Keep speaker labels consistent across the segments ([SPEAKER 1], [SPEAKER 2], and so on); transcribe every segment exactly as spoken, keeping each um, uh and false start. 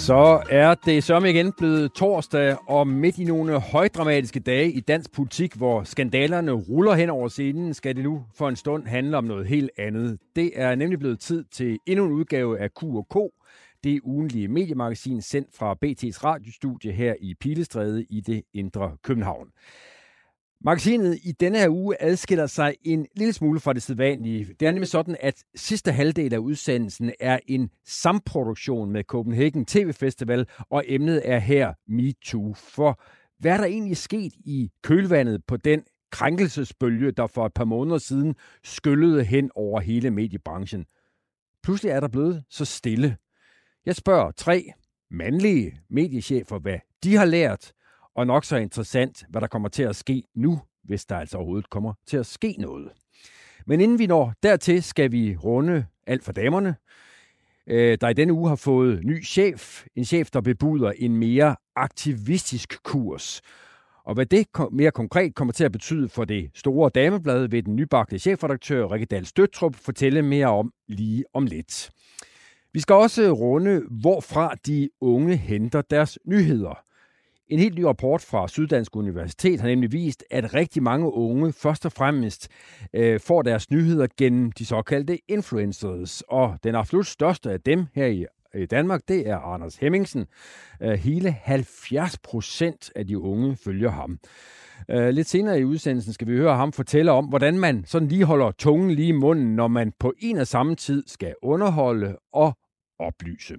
[SPEAKER 1] Så er det som igen blevet torsdag, og midt i nogle højdramatiske dage i dansk politik, hvor skandalerne ruller hen over scenen, skal det nu for en stund handle om noget helt andet. Det er nemlig blevet tid til endnu en udgave af Q og K, det ugenlige mediemagasin sendt fra B T's radiostudie her i Pilestræde i det indre København. Magasinet i denne her uge adskiller sig en lille smule fra det sædvanlige. Det er nemlig sådan, at sidste halvdel af udsendelsen er en samproduktion med Copenhagen T V Festival, og emnet er her MeToo. For hvad er der egentlig sket i kølvandet på den krænkelsesbølge, der for et par måneder siden skyllede hen over hele mediebranchen? Pludselig er der blevet så stille. Jeg spørger tre mandlige mediechefer, hvad de har lært, og nok så interessant, hvad der kommer til at ske nu, hvis der altså overhovedet kommer til at ske noget. Men inden vi når dertil, skal vi runde alt for damerne, der i denne uge har fået ny chef. En chef, der bebuder en mere aktivistisk kurs. Og hvad det mere konkret kommer til at betyde for det store dameblad, vil den nybagte chefredaktør Rikke Dahl Støttrup fortælle mere om lige om lidt. Vi skal også runde, hvorfra de unge henter deres nyheder. En helt ny rapport fra Syddansk Universitet har nemlig vist, at rigtig mange unge først og fremmest øh, får deres nyheder gennem de såkaldte influencers. Og den absolut største af dem her i, i Danmark, det er Anders Hemmingsen. Øh, hele halvfjerds procent af de unge følger ham. Øh, lidt senere i udsendelsen skal vi høre ham fortælle om, hvordan man sådan lige holder tungen lige i munden, når man på en og samme tid skal underholde og oplyse.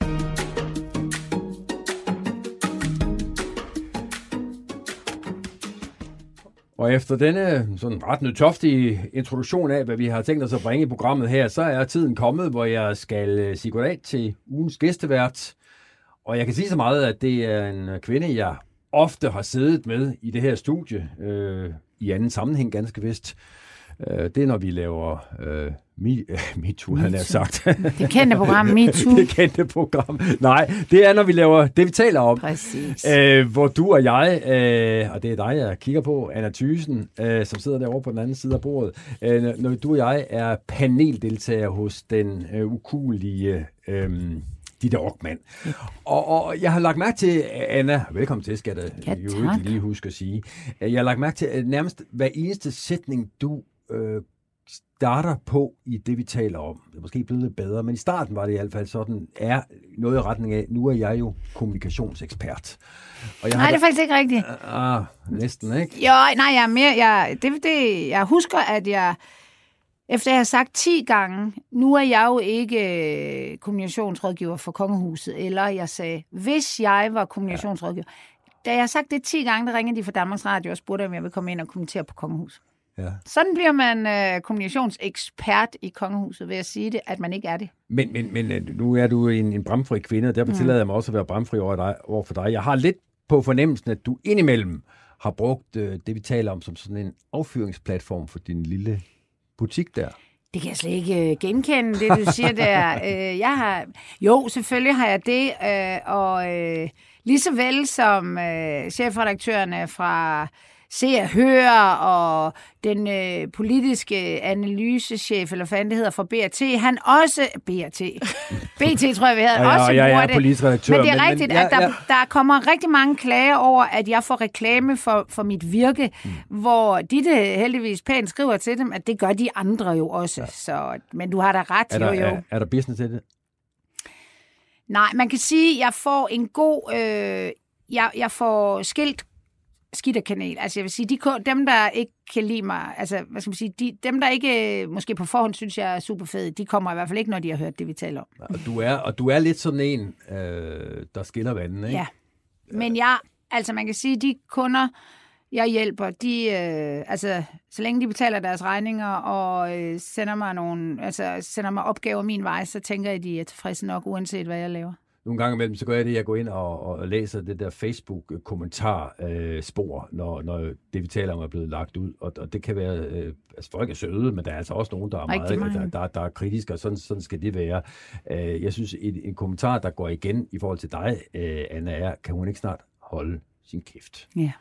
[SPEAKER 1] Og efter denne sådan ret nødtoftige introduktion af, hvad vi har tænkt os at bringe i programmet her, så er tiden kommet, hvor jeg skal sige goddag til ugens gæstevært. Og jeg kan sige så meget, at det er en kvinde, jeg ofte har siddet med i det her studie, øh, i anden sammenhæng ganske vist. Øh, det er, når vi laver øh, Me, MeToo, han har sagt.
[SPEAKER 2] Det kendte program, MeToo.
[SPEAKER 1] Det kendte program. Nej, det er, når vi laver det, vi taler om.
[SPEAKER 2] Præcis.
[SPEAKER 1] Øh, hvor du og jeg, øh, og det er dig, jeg kigger på, Anna Thyssen, øh, som sidder derovre på den anden side af bordet. Øh, når du og jeg er paneldeltager hos den øh, ukuelige øh, Ditte Okman. Og, og jeg har lagt mærke til, Anna, velkommen til, skal jeg da jo ikke lige huske at sige. Jeg har lagt mærke til, at nærmest hver eneste sætning, du øh, starter på i det, vi taler om. Det er måske blevet lidt bedre, men i starten var det i hvert fald sådan, er noget i retning af, nu er jeg jo kommunikationsekspert. Og jeg
[SPEAKER 2] nej, det er
[SPEAKER 1] da,
[SPEAKER 2] faktisk ikke rigtigt.
[SPEAKER 1] Ah, næsten, ikke?
[SPEAKER 2] Jo, nej, jeg er mere, jeg, det, det, jeg husker, at jeg, efter jeg har sagt ti gange, nu er jeg jo ikke kommunikationsrådgiver for Kongehuset, eller jeg sagde, hvis jeg var kommunikationsrådgiver. Ja. Da jeg har sagt det ti gange, der ringede de fra Danmarks Radio og spurgte, om jeg vil komme ind og kommentere på Kongehuset. Ja. Sådan bliver man øh, kommunikationsekspert i Kongehuset, ved at sige det, at man ikke er det.
[SPEAKER 1] Men, men, men nu er du en, en bramfri kvinde, og derfor tillader jeg mig også at være bramfri over, dig, over for dig. Jeg har lidt på fornemmelsen, at du indimellem har brugt øh, det, vi taler om, som sådan en affyringsplatform for din lille butik der.
[SPEAKER 2] Det kan jeg slet ikke øh, genkende, det du siger der. øh, jeg har, jo, selvfølgelig har jeg det, øh, og øh, lige så vel som øh, chefredaktørerne fra Se og Hør og den øh, politiske analysechef, eller hvad det hedder, fra B R T, han også, B R T, B T tror jeg, vi havde, ja, også
[SPEAKER 1] ja,
[SPEAKER 2] bruger
[SPEAKER 1] ja,
[SPEAKER 2] det.
[SPEAKER 1] Men det
[SPEAKER 2] er men, rigtigt, men, ja, at der, ja. der kommer rigtig mange klager over, at jeg får reklame for, for mit virke, mm. hvor de det heldigvis pænt skriver til dem, at det gør de andre jo også. Ja. Så, men du har da ret,
[SPEAKER 1] er der,
[SPEAKER 2] jo jo.
[SPEAKER 1] Er, er der business til det?
[SPEAKER 2] Nej, man kan sige, at jeg får en god, øh, jeg, jeg får skilt skidt og kanel. Altså jeg vil sige, de, dem der ikke kan lide mig, altså hvad skal man sige, de, dem der ikke måske på forhånd synes jeg er super fede, de kommer i hvert fald ikke, når de har hørt det, vi taler om.
[SPEAKER 1] Og du er, og du er lidt sådan en, øh, der skiller vandene, ikke?
[SPEAKER 2] Ja, men jeg, altså man kan sige, de kunder, jeg hjælper, de, øh, altså så længe de betaler deres regninger og øh, sender mig nogle, altså sender mig opgaver min vej, så tænker jeg, at de er tilfredse nok, uanset hvad jeg laver.
[SPEAKER 1] Nogle gange imellem, så gør jeg det, jeg går ind og, og læser det der Facebook-kommentar-spor, øh, når, når det, vi taler om, er blevet lagt ud. Og, og det kan være, øh, altså folk er søde, men der er altså også nogen, der er meget, der, der, der er kritiske, og sådan, sådan skal det være. Øh, jeg synes, en, en kommentar, der går igen i forhold til dig, øh, Anna, er, kan hun ikke snart holde sin kæft?
[SPEAKER 2] Ja.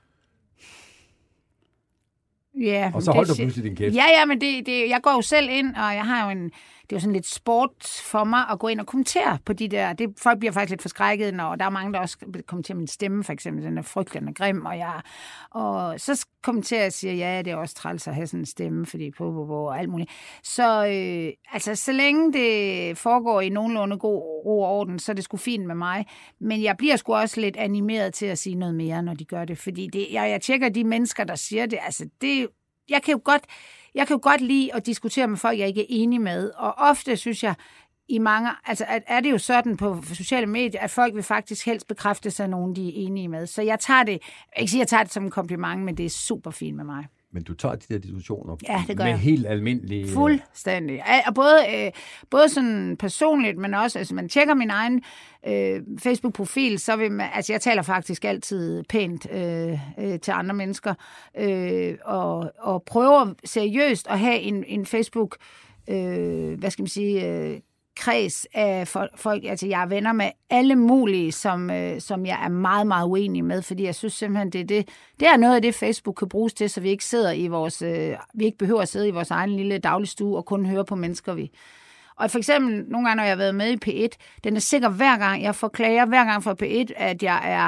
[SPEAKER 2] Ja,
[SPEAKER 1] og så holdt du pludselig din kæft.
[SPEAKER 2] Ja, ja, men det, det, jeg går jo selv ind, og jeg har jo en, det er jo sådan lidt sport for mig at gå ind og kommentere på de der, det, folk bliver faktisk lidt forskrækket, når der er mange, der også kommenterer min stemme, for eksempel, den er frygtelig og grim, og jeg, og så kommenterer jeg og siger, ja, det er også træls at have sådan en stemme, fordi på, på, på og alt muligt. Så øh, altså, så længe det foregår i nogenlunde god ro og orden, så er det sgu fint med mig, men jeg bliver sgu også lidt animeret til at sige noget mere, når de gør det, fordi det, jeg, jeg tjekker de mennesker, der siger det, altså det, jeg kan jo godt, jeg kan jo godt lide at diskutere med folk, jeg ikke er enig med, og ofte synes jeg, i mange, altså at, er det jo sådan på sociale medier, at folk vil faktisk helst bekræfte sig nogen, de er enige med, så jeg tager det, jeg ikke sige, jeg tager det som en kompliment, men det er super fint med mig.
[SPEAKER 1] Men du tager de der diskussioner
[SPEAKER 2] ja, det gør
[SPEAKER 1] med
[SPEAKER 2] jeg.
[SPEAKER 1] Helt almindelige...
[SPEAKER 2] Fuldstændig. Og både, øh, både sådan personligt, men også, altså man tjekker min egen øh, Facebook-profil, så vil man, altså jeg taler faktisk altid pænt øh, øh, til andre mennesker, øh, og, og prøver seriøst at have en, en Facebook, øh, hvad skal man sige... Øh, kreds af folk, altså jeg er venner med alle mulige, som, øh, som jeg er meget, meget uenig med, fordi jeg synes simpelthen, det er, det, det er noget af det, Facebook kan bruges til, så vi ikke sidder i vores, øh, vi ikke behøver at sidde i vores egen lille dagligstue og kun høre på mennesker, vi. Og for eksempel, nogle gange, når jeg har været med i P et, den er sikker hver gang, jeg får klager, hver gang fra P et, at jeg er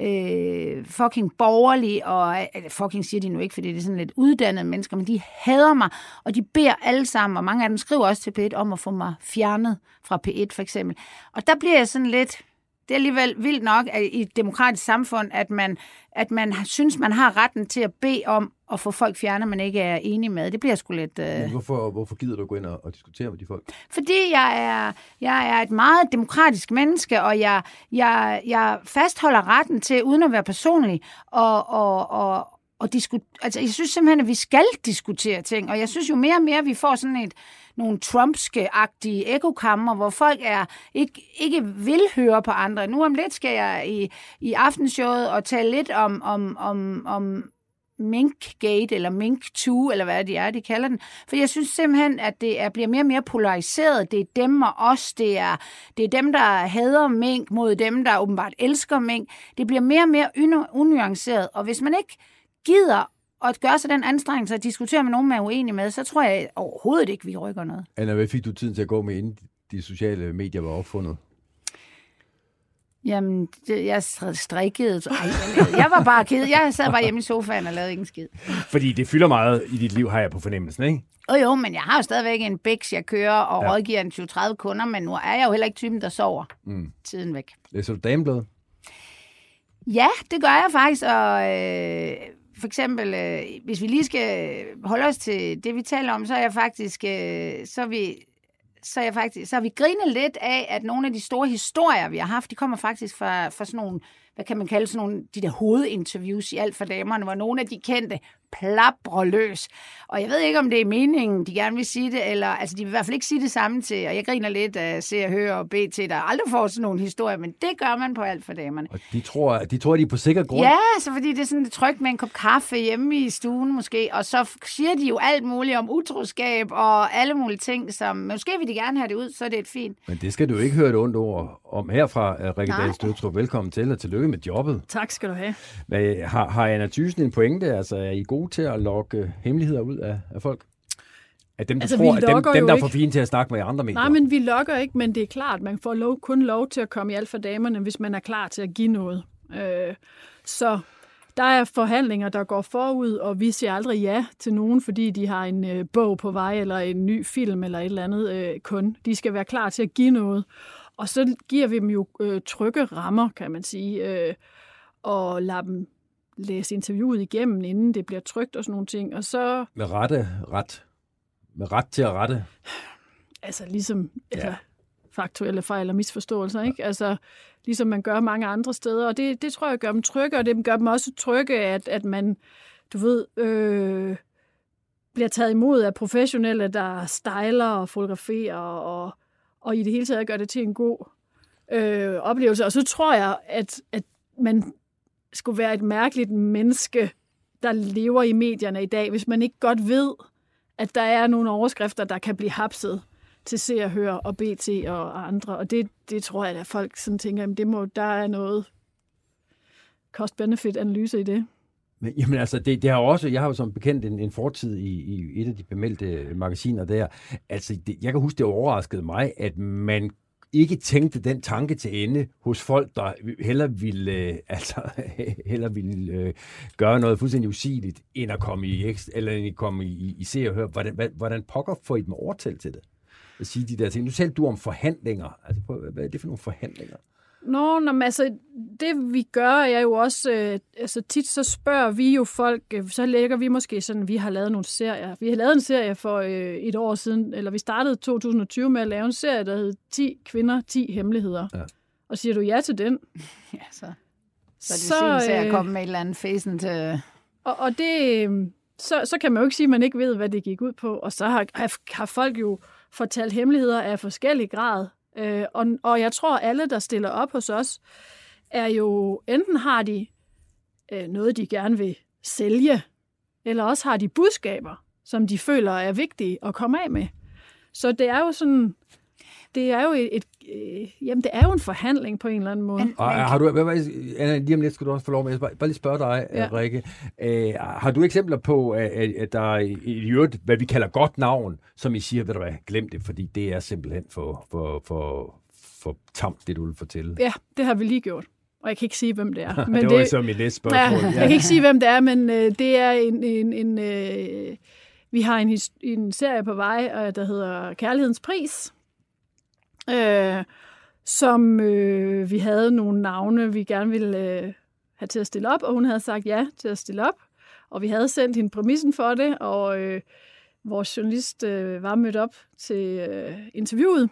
[SPEAKER 2] øh, fucking borgerlig, og øh, fucking siger de nu ikke, fordi det er sådan lidt uddannede mennesker, men de hader mig, og de beder alle sammen, og mange af dem skriver også til P et om at få mig fjernet fra P et, for eksempel. Og der bliver jeg sådan lidt... Det er alligevel vildt nok at i et demokratisk samfund, at man, at man synes, man har retten til at bede om at få folk fjernet, man ikke er enig med. Det bliver sgu lidt... Øh...
[SPEAKER 1] Hvorfor, hvorfor gider du gå ind og, og diskutere med de folk?
[SPEAKER 2] Fordi jeg er, jeg er et meget demokratisk menneske, og jeg, jeg, jeg fastholder retten til, uden at være personlig, og... og, og Og disku- altså, jeg synes simpelthen, at vi skal diskutere ting, og jeg synes jo mere og mere, at vi får sådan et, nogle Trumpske-agtige ekokammer, hvor folk er, ikke, ikke vil høre på andre. Nu om lidt skal jeg i, i aftenshowet og tale lidt om, om, om, om Minkgate, eller Mink to, eller hvad det er, de kalder den. For jeg synes simpelthen, at det er, bliver mere og mere polariseret. Det er dem og os. Det er, det er dem, der hader mink, mod dem, der åbenbart elsker mink. Det bliver mere og mere unuanceret, og hvis man ikke gider at gøre sig den anstrengelse at diskutere med nogen, man er uenig med, så tror jeg overhovedet ikke, vi rykker noget.
[SPEAKER 1] Anna, hvad fik du tiden til at gå med, inden de sociale medier var opfundet?
[SPEAKER 2] Jamen, det, jeg strikkede. Ej, jeg, lavede, jeg var bare ked. Jeg sad bare hjemme i sofaen og lavede ikke en skid.
[SPEAKER 1] Fordi det fylder meget i dit liv, har jeg på fornemmelsen, ikke?
[SPEAKER 2] Jo, jo, men jeg har jo stadigvæk en bæks, jeg kører og ja. rådgiver en tyve til tredive kunder, men nu er jeg jo heller ikke typen, der sover mm. tiden væk.
[SPEAKER 1] Læser du Dameblad?
[SPEAKER 2] Ja, det gør jeg faktisk, og... Øh, For eksempel, øh, hvis vi lige skal holde os til det, vi taler om, så er jeg faktisk, øh, så er vi, så er jeg faktisk, så har vi grinet lidt af, at nogle af de store historier, vi har haft, de kommer faktisk fra, fra sådan nogle, hvad kan man kalde sådan nogle, de der hovedinterviews i Alt for damerne, hvor nogle af de kendte plaprer løs. Og jeg ved ikke, om det er meningen, de gerne vil sige det, eller altså de vil i hvert fald ikke sige det samme til, og jeg griner lidt af Se og Høre og B T, der aldrig får sådan nogle historier, men det gør man på Alt for damerne.
[SPEAKER 1] Og de tror, de tror, de er på sikker grund?
[SPEAKER 2] Ja, så fordi det er sådan lidt trygt med en kop kaffe hjemme i stuen måske, og så siger de jo alt muligt om utroskab og alle mulige ting, som måske vil de gerne have det ud, så er det et fint.
[SPEAKER 1] Men det skal du ikke høre et ondt ord om herfra, Rikke Dahl Støvstrup. Velkommen til, og tillykke med jobbet.
[SPEAKER 3] Tak skal du have.
[SPEAKER 1] Hvad, har, har Anna Thyssen en pointe? Altså, er I gode til at lokke hemmeligheder ud af, af folk? At dem, der
[SPEAKER 3] altså,
[SPEAKER 1] tror, at dem, dem der er for
[SPEAKER 3] ikke.
[SPEAKER 1] fine til at snakke med andre medier?
[SPEAKER 3] Nej, men vi lokker ikke, men det er klart, man får lov, kun lov til at komme i Alt for damerne, hvis man er klar til at give noget. Øh, så der er forhandlinger, der går forud, og vi siger aldrig ja til nogen, fordi de har en øh, bog på vej, eller en ny film, eller et eller andet øh, kun. De skal være klar til at give noget. Og så giver vi dem jo øh, trygge rammer, kan man sige, øh, og lader dem læse interviewet igennem, inden det bliver trykt og sådan nogle ting. Og så...
[SPEAKER 1] Med rette, ret. Med ret til at rette.
[SPEAKER 3] Altså ligesom ja. altså, faktuelle fejl og misforståelser, ikke?
[SPEAKER 1] Ja.
[SPEAKER 3] Altså ligesom man gør mange andre steder. Og det, det tror jeg gør dem trygge, og det gør dem også trygge, at, at man, du ved, øh, bliver taget imod af professionelle, der styler og fotograferer og, og i det hele taget gør det til en god øh, oplevelse. Og så tror jeg, at, at man skulle være et mærkeligt menneske, der lever i medierne i dag, hvis man ikke godt ved, at der er nogle overskrifter, der kan blive hapset til Se og Høre og B T og andre. Og det, det tror jeg, at folk sådan tænker, at det må, der er noget cost-benefit-analyse i det.
[SPEAKER 1] Men, jamen altså, det, det har også, jeg har jo som bekendt en, en fortid i, i et af de bemeldte magasiner der. Altså, det, jeg kan huske, det overraskede mig, at man ikke tænkte den tanke til ende hos folk, der hellere ville, øh, altså, hellere ville øh, gøre noget fuldstændig usigeligt, end at komme i, eller end at komme i, i se og høre. Hvordan, hvordan pokker får I dem overtalt til det? At sige de der ting. Nu talte du om forhandlinger. Altså, hvad er det for nogle forhandlinger?
[SPEAKER 3] Nå, nå, men altså, det vi gør er jo også, øh, altså tit så spørger vi jo folk, øh, så lægger vi måske sådan, vi har lavet nogle serier. Vi har lavet en serie for øh, et år siden, eller vi startede to tusind og tyve med at lave en serie, der hed ti kvinder, ti hemmeligheder. Ja. Og siger du ja til den?
[SPEAKER 2] Ja, så, så det så, synes jeg at komme med et eller andet fæsen til...
[SPEAKER 3] Og, og det, så, så kan man jo ikke sige, at man ikke ved, hvad det gik ud på. Og så har, har folk jo fortalt hemmeligheder af forskellig grad. Øh, og, og jeg tror, alle, der stiller op hos os, er jo, enten har de øh, noget, de gerne vil sælge, eller også har de budskaber, som de føler er vigtige at komme af med. Så det er jo sådan, det er jo et, et øh, jamen det er jo en forhandling på en eller anden måde. Men,
[SPEAKER 1] og, har du, Anna, lige om lidt skal du også få lov med, jeg bare, bare lige spørge dig, ja. Rikke. Øh, har du eksempler på, at, at der er i øvrigt, hvad vi kalder godt navn, som I siger, ved du hvad, glem det, fordi det er simpelthen for, for, for, for tamt, det du vil fortælle? Ja,
[SPEAKER 3] det har vi lige gjort. Og jeg kan ikke sige, hvem det er.
[SPEAKER 1] Men det var det, så mit næste spørgsmål.
[SPEAKER 3] Ja, jeg kan ikke sige, hvem det er, men øh, det er en... en, en øh, vi har en, en serie på vej, øh, der hedder Kærlighedens Pris, øh, som øh, vi havde nogle navne, vi gerne ville øh, have til at stille op, og hun havde sagt ja til at stille op. Og vi havde sendt hende præmissen for det, og øh, vores journalist øh, var mødt op til øh, interviewet.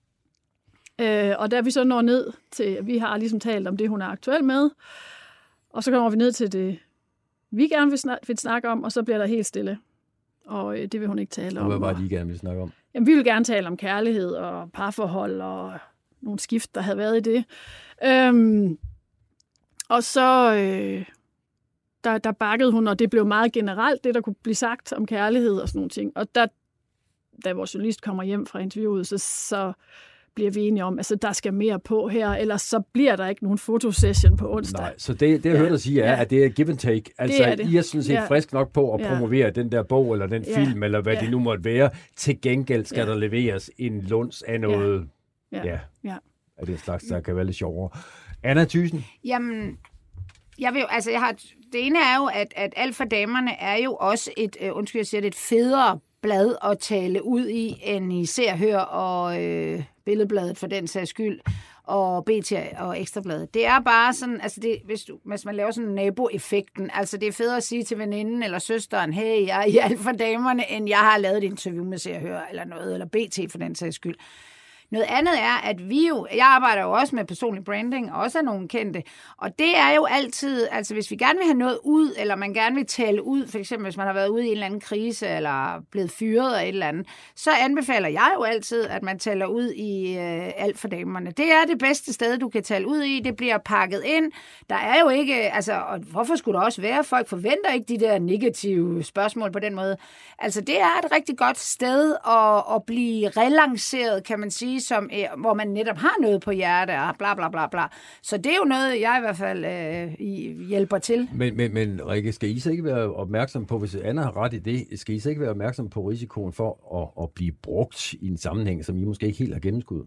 [SPEAKER 3] Øh, og der vi så når ned til, vi har ligesom talt om det, hun er aktuel med, og så kommer vi ned til det, vi gerne vil, snak, vil snakke om, og så bliver der helt stille. Og øh, det vil hun ikke tale om.
[SPEAKER 1] Og hvad var det, I gerne ville snakke om?
[SPEAKER 3] Jamen, vi vil gerne tale om kærlighed og parforhold og nogle skift, der havde været i det. Øhm, og så øh, der, der bakkede hun, og det blev meget generelt, det der kunne blive sagt om kærlighed og sådan nogle ting. Og der, da vores journalist kommer hjem fra interviewet, så, så bliver vi enige om, altså der skal mere på her, ellers så bliver der ikke nogen fotosession på onsdag.
[SPEAKER 1] Nej, så det, det jeg ja. hørte dig sige er, ja. at det er give and take. Altså,
[SPEAKER 3] det er det.
[SPEAKER 1] I er sådan set ja. frisk nok på at
[SPEAKER 3] ja.
[SPEAKER 1] promovere den der bog, eller den
[SPEAKER 3] ja.
[SPEAKER 1] film, eller hvad ja. det nu måtte være. Til gengæld skal ja. der leveres en luns af noget, ja, ja. ja. af den slags, der kan være lidt sjovere. Anna Thyssen?
[SPEAKER 2] Jamen, jeg vil jo, altså jeg har, det ene er jo, at, at Alt for damerne er jo også et, øh, undskyld, jeg siger det, et federe blad at tale ud i, end i Se og Hør og øh, Billedbladet for den sags skyld, og B T og Ekstrabladet. Det er bare sådan, altså det, hvis, du, hvis man laver sådan naboeffekten, altså det er federe at sige til veninden eller søsteren, hey, jeg er i Alt for damerne, end jeg har lavet et interview med Se og Hør eller noget, eller B T for den sags skyld. Noget andet er, at vi jo, jeg arbejder jo også med personlig branding, og også er nogle kendte, og det er jo altid, altså hvis vi gerne vil have noget ud, eller man gerne vil tale ud, for eksempel hvis man har været ude i en eller anden krise, eller blevet fyret af et eller andet, så anbefaler jeg jo altid, at man taler ud i øh, Alt for damerne. Det er det bedste sted, du kan tale ud i, det bliver pakket ind, der er jo ikke, altså, og hvorfor skulle der også være, folk forventer ikke de der negative spørgsmål på den måde. Altså det er et rigtig godt sted at, at blive relanceret, kan man sige, som, hvor man netop har noget på hjerte og bla bla bla bla. Så det er jo noget, jeg i hvert fald øh, hjælper til.
[SPEAKER 1] Men, men, men Rikke, skal I så ikke være opmærksom på, hvis Anna har ret i det, skal I så ikke være opmærksom på risikoen for at, at blive brugt i en sammenhæng, som I måske ikke helt har gennemskuddet?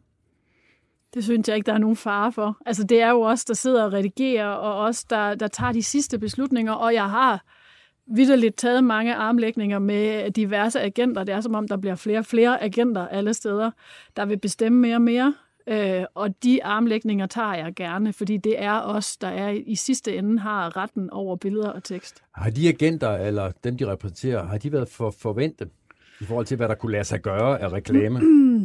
[SPEAKER 3] Det synes jeg ikke, der er nogen fare for. Altså det er jo os, der sidder og redigerer, og os, der, der tager de sidste beslutninger, og jeg har vitterligt taget mange armlægninger med diverse agenter. Det er som om, der bliver flere og flere agenter alle steder, der vil bestemme mere og mere. Øh, og de armlægninger tager jeg gerne, fordi det er os, der er i sidste ende har retten over billeder og tekst. Har
[SPEAKER 1] de agenter, eller dem, de repræsenterer, har de været for forventet i forhold til, hvad der kunne lade sig gøre af reklame?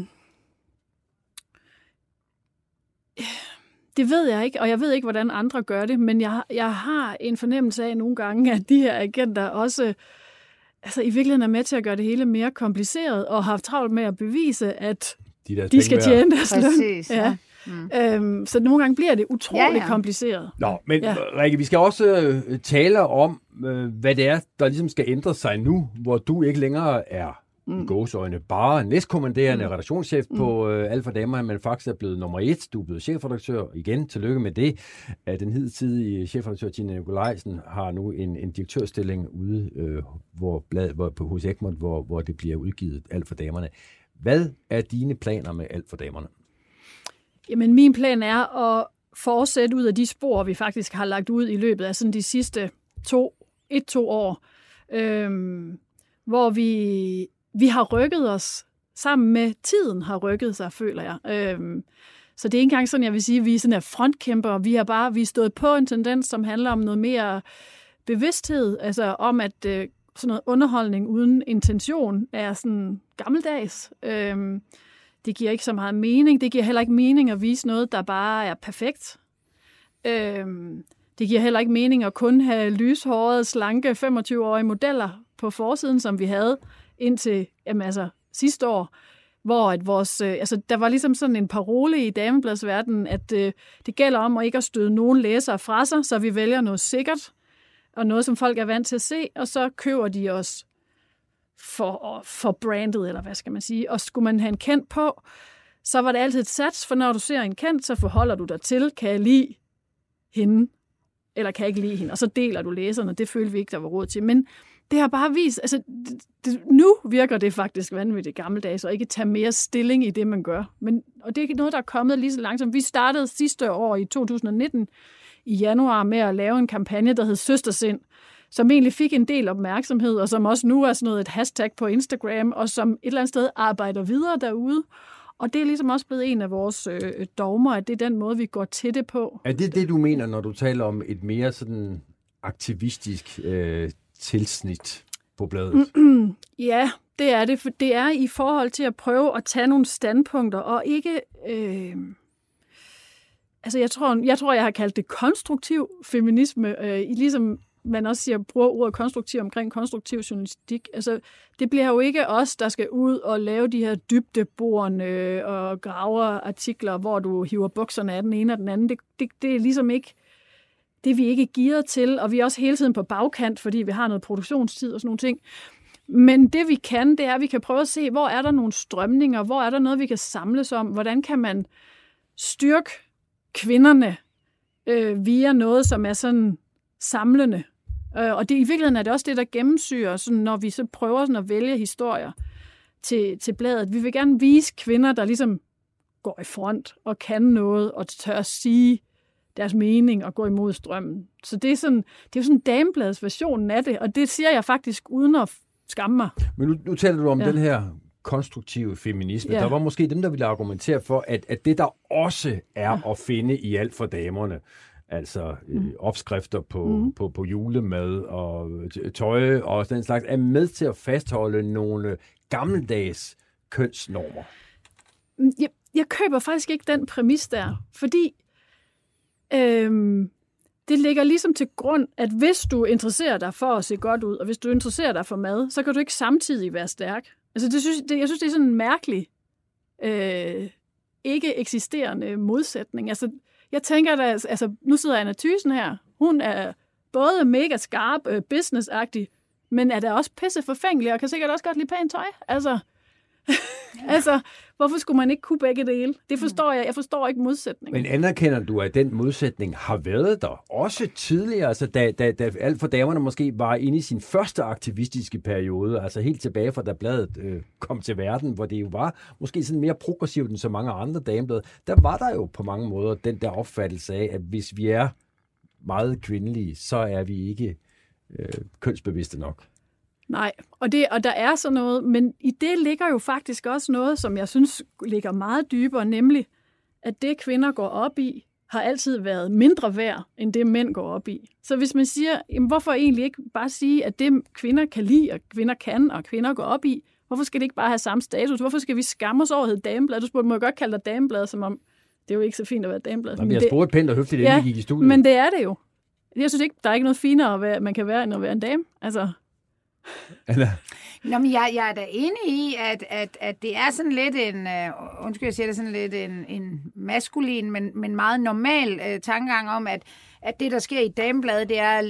[SPEAKER 3] Det ved jeg ikke, og jeg ved ikke, hvordan andre gør det, men jeg, jeg har en fornemmelse af nogle gange, at de her agenter også altså, i virkeligheden er med til at gøre det hele mere kompliceret, og har travlt med at bevise, at de, de skal tjene deres løn. Ja. Mm. Øhm, så nogle gange bliver det utroligt ja, ja. kompliceret.
[SPEAKER 1] Nå, men ja. Rikke, vi skal også øh, tale om, øh, hvad det er, der ligesom skal ændre sig nu, hvor du ikke længere er mm. i gåseøjne bare næstkommanderende mm. redaktionschef mm. på øh, Alt for Damer, men faktisk er blevet nummer et. Du er blevet chefredaktør igen. Tillykke med det. Den hidtidige chefredaktør Tina Nikolajsen har nu en, en direktørstilling ude øh, hvor blad, hvor, på hos Egmont, hvor, hvor det bliver udgivet Alt for Damerne. Hvad er dine planer med Alt for Damerne?
[SPEAKER 3] Jamen, min plan er at fortsætte ud af de spor, vi faktisk har lagt ud i løbet af sådan de sidste to, et, to år, øhm, hvor vi, vi har rykket os sammen med tiden har rykket sig, føler jeg. Øhm, så det er ikke engang sådan, jeg vil sige, at vi er sådan her frontkæmper. Vi har bare vi er stået på en tendens, som handler om noget mere bevidsthed, altså om, at øh, sådan noget underholdning uden intention er sådan gammeldags. Øhm, det giver ikke så meget mening. Det giver heller ikke mening at vise noget, der bare er perfekt. Øhm, det giver heller ikke mening at kun have lyshårede, slanke, femogtyve-årige modeller på forsiden, som vi havde indtil jamen, altså, sidste år, hvor at vores, øh, altså, der var ligesom sådan en parole i damebladsverdenen, at øh, det gælder om at ikke at støde nogen læsere fra sig, så vi vælger noget sikkert, og noget, som folk er vant til at se, og så køber de os for, for brandet, eller hvad skal man sige. Og skulle man have en kendt på, så var det altid et sats, for når du ser en kendt, så forholder du dig til, kan jeg lide hende, eller kan jeg ikke lide hende, og så deler du læserne. Det følte vi ikke, der var råd til. Men det har bare vist, altså det, det, nu virker det faktisk vanvittigt gammeldags, og ikke tage mere stilling i det, man gør. Men, og det er ikke noget, der er kommet lige så langsomt. Vi startede sidste år i to tusind nitten i januar med at lave en kampagne, der hed Søstersind, som egentlig fik en del opmærksomhed, og som også nu er sådan noget et hashtag på Instagram, og som et eller andet sted arbejder videre derude. Og det er ligesom også blevet en af vores øh, dogmer, at det er den måde, vi går til det på.
[SPEAKER 1] Er det det, du mener, når du taler om et mere sådan aktivistisk øh, tilsnit på bladet?
[SPEAKER 3] Ja, det er det. For det er i forhold til at prøve at tage nogle standpunkter, og ikke... Øh, altså, jeg tror, jeg tror, jeg har kaldt det konstruktiv feminisme, øh, ligesom man også siger, bruger ordet konstruktiv omkring konstruktiv journalistik. Altså, det bliver jo ikke os, der skal ud og lave de her dybdeborende og graver artikler, hvor du hiver bukserne af den ene og den anden. Det, det, det er ligesom ikke, det er vi ikke gearet til, og vi er også hele tiden på bagkant, fordi vi har noget produktionstid og sådan nogle ting. Men det vi kan, det er, at vi kan prøve at se, hvor er der nogle strømninger, hvor er der noget, vi kan samles om, hvordan kan man styrke kvinderne øh, via noget, som er sådan samlende. Og det, i virkeligheden er det også det, der gennemsyrer, sådan, når vi så prøver sådan at vælge historier til, til bladet. Vi vil gerne vise kvinder, der ligesom går i front og kan noget, og tør at sige deres mening og gå imod strømmen. Så det er, sådan, det er jo sådan damebladets versionen af det, og det siger jeg faktisk uden at skamme mig. Men
[SPEAKER 1] nu, nu taler du om ja. den her konstruktive feminisme. Ja. Der var måske dem, der ville argumentere for, at, at det, der også er ja. at finde i Alt for Damerne, altså øh, opskrifter på, mm. på, på julemad og tøj og den slags, er med til at fastholde nogle gammeldags kønsnormer.
[SPEAKER 3] Jeg, jeg køber faktisk ikke den præmis der, fordi øhm, det ligger ligesom til grund, at hvis du interesserer dig for at se godt ud, og hvis du interesserer dig for mad, så kan du ikke samtidig være stærk. Altså det synes, det, jeg synes, det er sådan en mærkelig, øh, ikke eksisterende modsætning. Altså jeg tænker, at altså, nu sidder Anna Thyssen her. Hun er både mega skarp, øh, businessagtig, men er da også pisse forfængelig, og kan sikkert også godt lide pænt tøj. Altså, altså, hvorfor skulle man ikke kunne begge dele? Det forstår jeg. Jeg forstår ikke modsætningen.
[SPEAKER 1] Men anerkender du, at den modsætning har været der også tidligere? Altså, da, da, da Alt for Damerne måske var inde i sin første aktivistiske periode, altså helt tilbage fra da bladet øh, kom til verden, hvor det jo var måske sådan mere progressivt end så mange andre dameblade, der var der jo på mange måder den der opfattelse af, at hvis vi er meget kvindelige, så er vi ikke øh, kønsbevidste nok.
[SPEAKER 3] Nej, og, det, og der er sådan noget, men i det ligger jo faktisk også noget, som jeg synes ligger meget dybere, nemlig at det kvinder går op i, har altid været mindre værd, end det mænd går op i. Så hvis man siger, jamen, hvorfor egentlig ikke bare sige, at det kvinder kan lide, og kvinder kan, og kvinder går op i, hvorfor skal det ikke bare have samme status? Hvorfor skal vi skamme os over at hedde dameblad? Du spurgte, må jeg godt kalde dig dameblad, som om det er jo ikke så fint at være dameblad.
[SPEAKER 1] Jamen, jeg spurgte pænt og høfligt, inden
[SPEAKER 3] ja,
[SPEAKER 1] vi gik i studiet.
[SPEAKER 3] Men det er det jo. Jeg synes ikke, der er ikke noget finere, at være, man kan være, end at være en dame. Altså...
[SPEAKER 2] Nå, men jeg, jeg er da enig i, at, at, at det er sådan lidt en, uh, undskyld, jeg siger det sådan lidt en, en maskulin, men, men meget normal uh, tankegang om, at, at det, der sker i damebladet, det er lidt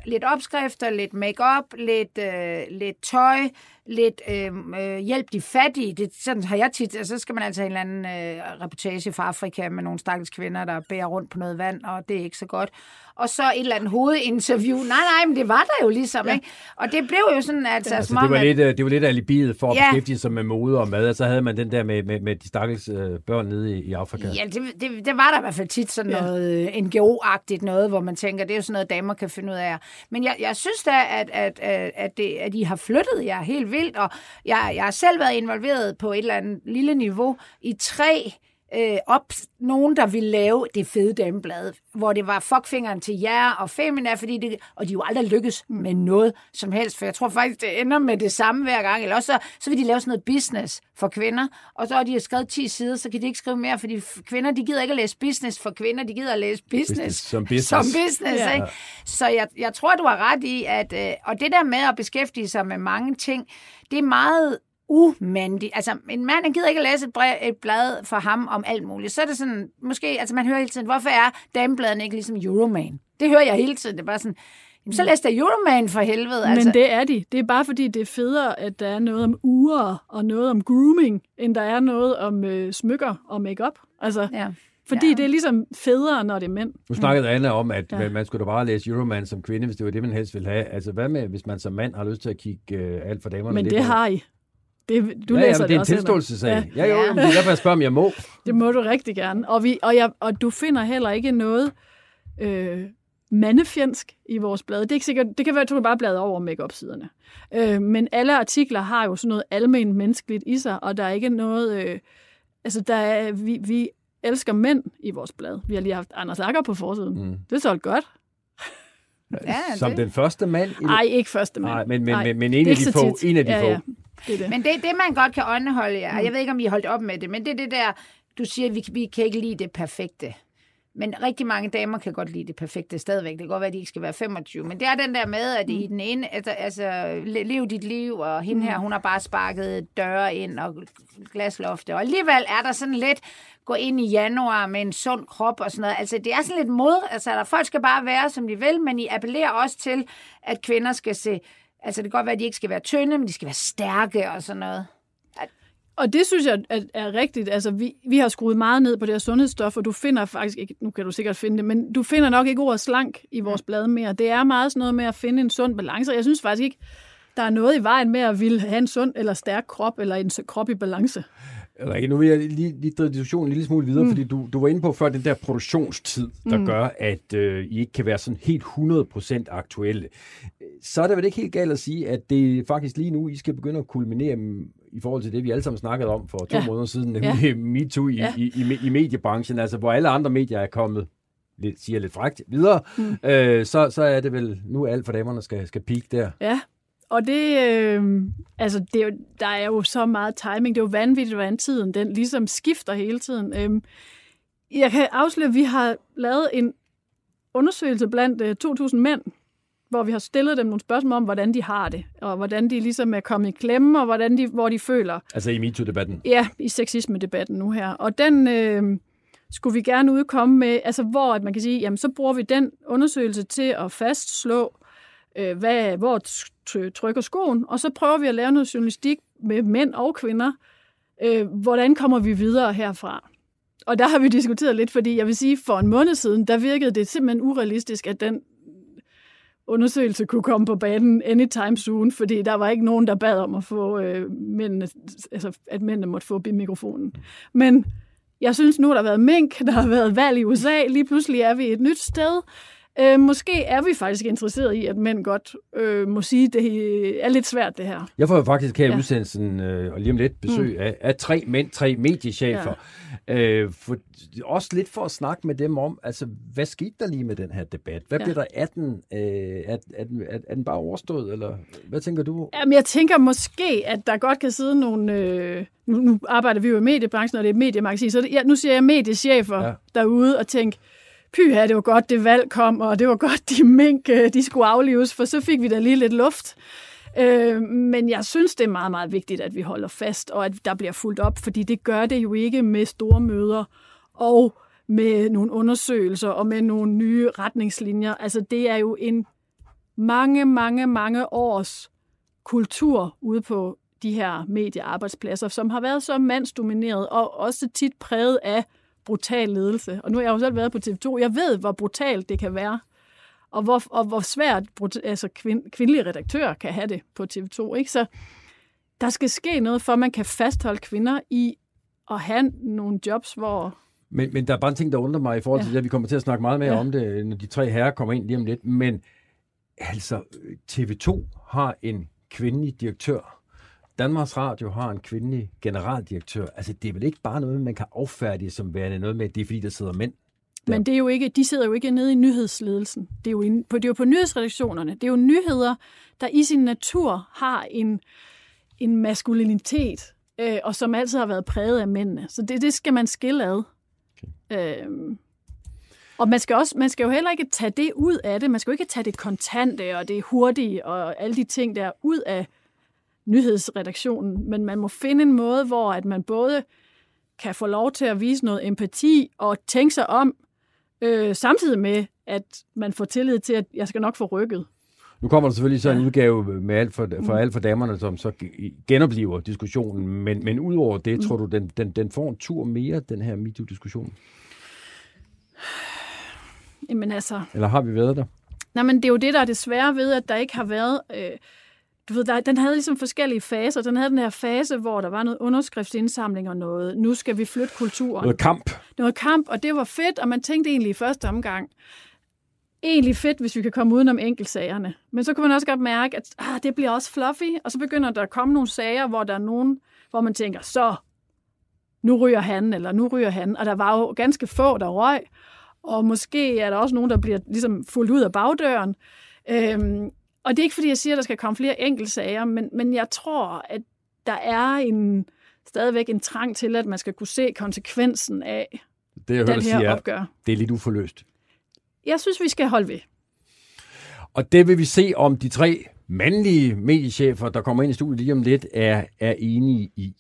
[SPEAKER 2] lidt opskrifter, lidt make-up, lidt, øh, lidt tøj, lidt øh, øh, hjælp de fattige. Det, sådan har jeg tit. Altså, så skal man altså have en eller anden øh, reportage fra Afrika med nogle stakkels kvinder, der bærer rundt på noget vand, og det er ikke så godt. Og så et eller andet hovedinterview. Nej, nej, men det var der jo ligesom, ja. Ikke? Og det blev jo sådan, altså...
[SPEAKER 1] Ja, altså det, var lidt, det var lidt alibiet for at ja. beskæftige sig med mode og mad, og så havde man den der med, med, med de stakkels øh, børn nede i, i Afrika.
[SPEAKER 2] Ja, det, det, det var der i hvert fald tit sådan ja. noget N G O-agtigt noget, hvor man tænker, det er jo sådan noget, damer kan finde ud af. Men jeg, jeg synes da, at, at, at, at, det, at I har flyttet jer helt vildt, og jeg, jeg har selv været involveret på et eller andet lille niveau i tre... Øh, op nogen, der ville lave det fede dameblad, hvor det var fuckfingeren til jer og Femina, fordi det, og de jo aldrig lykkes med noget som helst, for jeg tror faktisk, det ender med det samme hver gang, eller også så, så vil de lave sådan noget business for kvinder, og så har de skrevet ti sider, så kan de ikke skrive mere, fordi kvinder, de gider ikke at læse business for kvinder, de gider at læse business, business som business, som business ja. Ikke? Så jeg, jeg tror, du har ret i, at øh, og det der med at beskæftige sig med mange ting, det er meget umandig. Altså, en mand, han gider ikke at læse et, brev, et blad for ham om alt muligt. Så er det sådan, måske, altså man hører hele tiden, hvorfor er damebladene ikke ligesom Euroman? Det hører jeg hele tiden. Det er bare sådan, jamen, så læs da Euroman for helvede. Altså.
[SPEAKER 3] Men det er de. Det er bare fordi, det er federe, at der er noget om uger og noget om grooming, end der er noget om øh, smykker og make-up. Altså, ja. Fordi ja. det er ligesom federe, når det er mænd.
[SPEAKER 1] Nu snakkede Anna om, at ja. man skulle da bare læse Euroman som kvinde, hvis det var det, man helst ville have. Altså, hvad med, hvis man som mand har lyst til at kigge øh, alt for damerne?
[SPEAKER 3] Men det har I. Det, du
[SPEAKER 1] ja,
[SPEAKER 3] læser
[SPEAKER 1] jamen, det, det er en tilståelsessag. Ja, ja, jo, men det er derfor, jeg spørger, om jeg må.
[SPEAKER 3] Det må du rigtig gerne. Og, vi, og, jeg, og du finder heller ikke noget øh, mandefjendsk i vores blad. Det er ikke sikkert, det kan være, at du bare bladrer over make-up-siderne. Øh, men alle artikler har jo sådan noget almen menneskeligt i sig, og der er ikke noget... Øh, altså, der er, vi, vi elsker mænd i vores blad. Vi har lige haft Anders Agger på forsiden. Mm. Det er så godt.
[SPEAKER 2] Ja,
[SPEAKER 1] som
[SPEAKER 2] det.
[SPEAKER 1] den første mand?
[SPEAKER 3] Nej, ikke første mand.
[SPEAKER 1] Nej, men, men, men, men en, af de få, en af de
[SPEAKER 3] ja,
[SPEAKER 1] få.
[SPEAKER 3] Ja. Det det.
[SPEAKER 2] Men det det, man godt kan åndeholde jer. Jeg ved ikke, om I holdt op med det, men det er det der, du siger, at vi, vi kan ikke lide det perfekte. Men rigtig mange damer kan godt lide det perfekte stadigvæk. Det kan godt være, at de ikke skal være femogtyve. Men det er den der med, at mm. i den ene, altså, altså lev dit liv, og hende her, hun har bare sparket døre ind og glaslofte. Og alligevel er der sådan lidt, gå ind i januar med en sund krop og sådan noget. Altså, det er sådan lidt mod, altså, der folk skal bare være, som de vil, men I appellerer også til, at kvinder skal se, altså, det kan godt være, at de ikke skal være tynde, men de skal være stærke og sådan noget.
[SPEAKER 3] Og det synes jeg er, er rigtigt. Altså, vi, vi har skruet meget ned på det her sundhedsstof, og du finder faktisk ikke, nu kan du sikkert finde det, men du finder nok ikke ordet slank i vores blad mere. Det er meget sådan noget med at finde en sund balance, og jeg synes faktisk ikke, der er noget i vejen med at ville have en sund eller stærk krop, eller en krop i balance.
[SPEAKER 1] Rikke, nu vil jeg lige, lige drive diskussionen en lille smule videre, mm. fordi du, du var inde på før den der produktionstid, der mm. gør, at øh, I ikke kan være sådan helt hundrede procent aktuelle. Så er det vel ikke helt galt at sige, at det faktisk lige nu, I skal begynde at kulminere i forhold til det, vi alle sammen snakkede om for to ja. måneder siden, nemlig ja. MeToo i, ja. i, i, i mediebranchen, altså hvor alle andre medier er kommet, lidt, siger lidt frækt, videre, mm. øh, så, så er det vel nu alt for damerne skal, skal peak der.
[SPEAKER 3] Ja. Og det, øh, altså det er jo, der er jo så meget timing. Det er jo vanvittigt, hvordan tiden den ligesom skifter hele tiden. Øh, jeg kan afsløre, at vi har lavet en undersøgelse blandt øh, to tusind mænd, hvor vi har stillet dem nogle spørgsmål om, hvordan de har det, og hvordan de ligesom er kommet i klemme, og hvordan de, hvor de føler.
[SPEAKER 1] Altså i MeToo-debatten?
[SPEAKER 3] Ja, i sexisme-debatten nu her. Og den øh, skulle vi gerne udkomme med, altså hvor at man kan sige, jamen så bruger vi den undersøgelse til at fastslå, øh, hvad, hvor trykker skoen, og så prøver vi at lave noget journalistik med mænd og kvinder. Øh, hvordan kommer vi videre herfra? Og der har vi diskuteret lidt, fordi jeg vil sige, for en måned siden, der virkede det simpelthen urealistisk, at den undersøgelse kunne komme på banen anytime soon, fordi der var ikke nogen, der bad om at få øh, mændene, altså at mændene måtte få mikrofonen. Men jeg synes nu, der har været mink, der har været valg i U S A, lige pludselig er vi et nyt sted. Øh, måske er vi faktisk interesseret i, at mænd godt øh, må sige, at det er lidt svært, det her.
[SPEAKER 1] Jeg får jo faktisk her i ja. udsendelsen, øh, og lige om lidt besøg mm. af, af tre mænd, tre mediechefer. Ja. Øh, for, også lidt for at snakke med dem om, altså, hvad skete der lige med den her debat? Hvad ja. bliver der af den? Øh, er, er, den er, er den bare overstået, eller hvad tænker du?
[SPEAKER 3] Jamen, jeg tænker måske, at der godt kan sidde nogle... Øh, nu, nu arbejder vi jo i mediebranchen, og det er et mediemagasin, så det, ja, nu siger jeg mediechefer ja. derude og tænker, pyha, det var godt, det valg kom, og det var godt, de mink, de skulle aflives, for så fik vi da lige lidt luft. Øh, men jeg synes, det er meget, meget vigtigt, at vi holder fast, og at der bliver fulgt op, fordi det gør det jo ikke med store møder, og med nogle undersøgelser, og med nogle nye retningslinjer. Altså, det er jo en mange, mange, mange års kultur ude på de her mediearbejdspladser, som har været så mandsdomineret og også tit præget af brutal ledelse. Og nu har jeg jo selv været på T V to. Jeg ved, hvor brutalt det kan være, og hvor, og hvor svært altså kvind, kvindelige redaktører kan have det på T V to. Ikke? Så der skal ske noget, for at man kan fastholde kvinder i at have nogle jobs, hvor...
[SPEAKER 1] Men, men der er bare en ting, der undrer mig i forhold til ja. det, vi kommer til at snakke meget mere ja. om det, når de tre herrer kommer ind lige om lidt. Men altså, T V to har en kvindelig direktør. Danmarks Radio har en kvindelig generaldirektør. Altså, det er vel ikke bare noget, man kan affærdige som værende noget med, at det er fordi, der sidder mænd. Der.
[SPEAKER 3] Men det er jo ikke, de sidder jo ikke nede i nyhedsledelsen. Det er jo, inde, på, det er jo på nyhedsredaktionerne. Det er jo nyheder, der i sin natur har en, en maskulinitet, øh, og som altid har været præget af mændene. Så det, det skal man skille ad. Okay. Øhm, og man skal, også, man skal jo heller ikke tage det ud af det. Man skal jo ikke tage det kontante og det hurtige og alle de ting der ud af nyhedsredaktionen. Men man må finde en måde, hvor at man både kan få lov til at vise noget empati og tænke sig om, øh, samtidig med, at man får tillid til, at jeg skal nok få rykket.
[SPEAKER 1] Nu kommer der selvfølgelig så en ja. udgave med alt for, for alt for damerne, som så genopliver diskussionen. Men, men udover det, mm. tror du, den, den, den får en tur mere, den her MeToo-diskussion?
[SPEAKER 3] Jamen altså...
[SPEAKER 1] Eller har vi været der?
[SPEAKER 3] Nej, men det er jo det, der er det svære ved, at der ikke har været... Øh, du ved, der, den havde ligesom forskellige faser. Den havde den her fase, hvor der var noget underskriftsindsamling og noget. Nu skal vi flytte kulturen.
[SPEAKER 1] Noget kamp.
[SPEAKER 3] Noget kamp, og det var fedt, og man tænkte egentlig i første omgang, egentlig fedt, hvis vi kan komme udenom enkeltsagerne. Men så kunne man også godt mærke, at ah, det bliver også fluffy, og så begynder der at komme nogle sager, hvor der er nogen, hvor man tænker, så, nu ryger han, eller nu ryger han. Og der var jo ganske få, der røg, og måske er der også nogen, der bliver ligesom fuldt ud af bagdøren. Øhm, og det er ikke, fordi jeg siger, at der skal komme flere enkeltsager, men, men jeg tror, at der er en, stadigvæk en trang til, at man skal kunne se konsekvensen af
[SPEAKER 1] det, jeg
[SPEAKER 3] den
[SPEAKER 1] hører,
[SPEAKER 3] her
[SPEAKER 1] siger,
[SPEAKER 3] opgør.
[SPEAKER 1] Det er lidt uforløst.
[SPEAKER 3] Jeg synes, vi skal holde ved.
[SPEAKER 1] Og det vil vi se, om de tre mandlige mediechefer, der kommer ind i studiet lige om lidt, er, er enige i.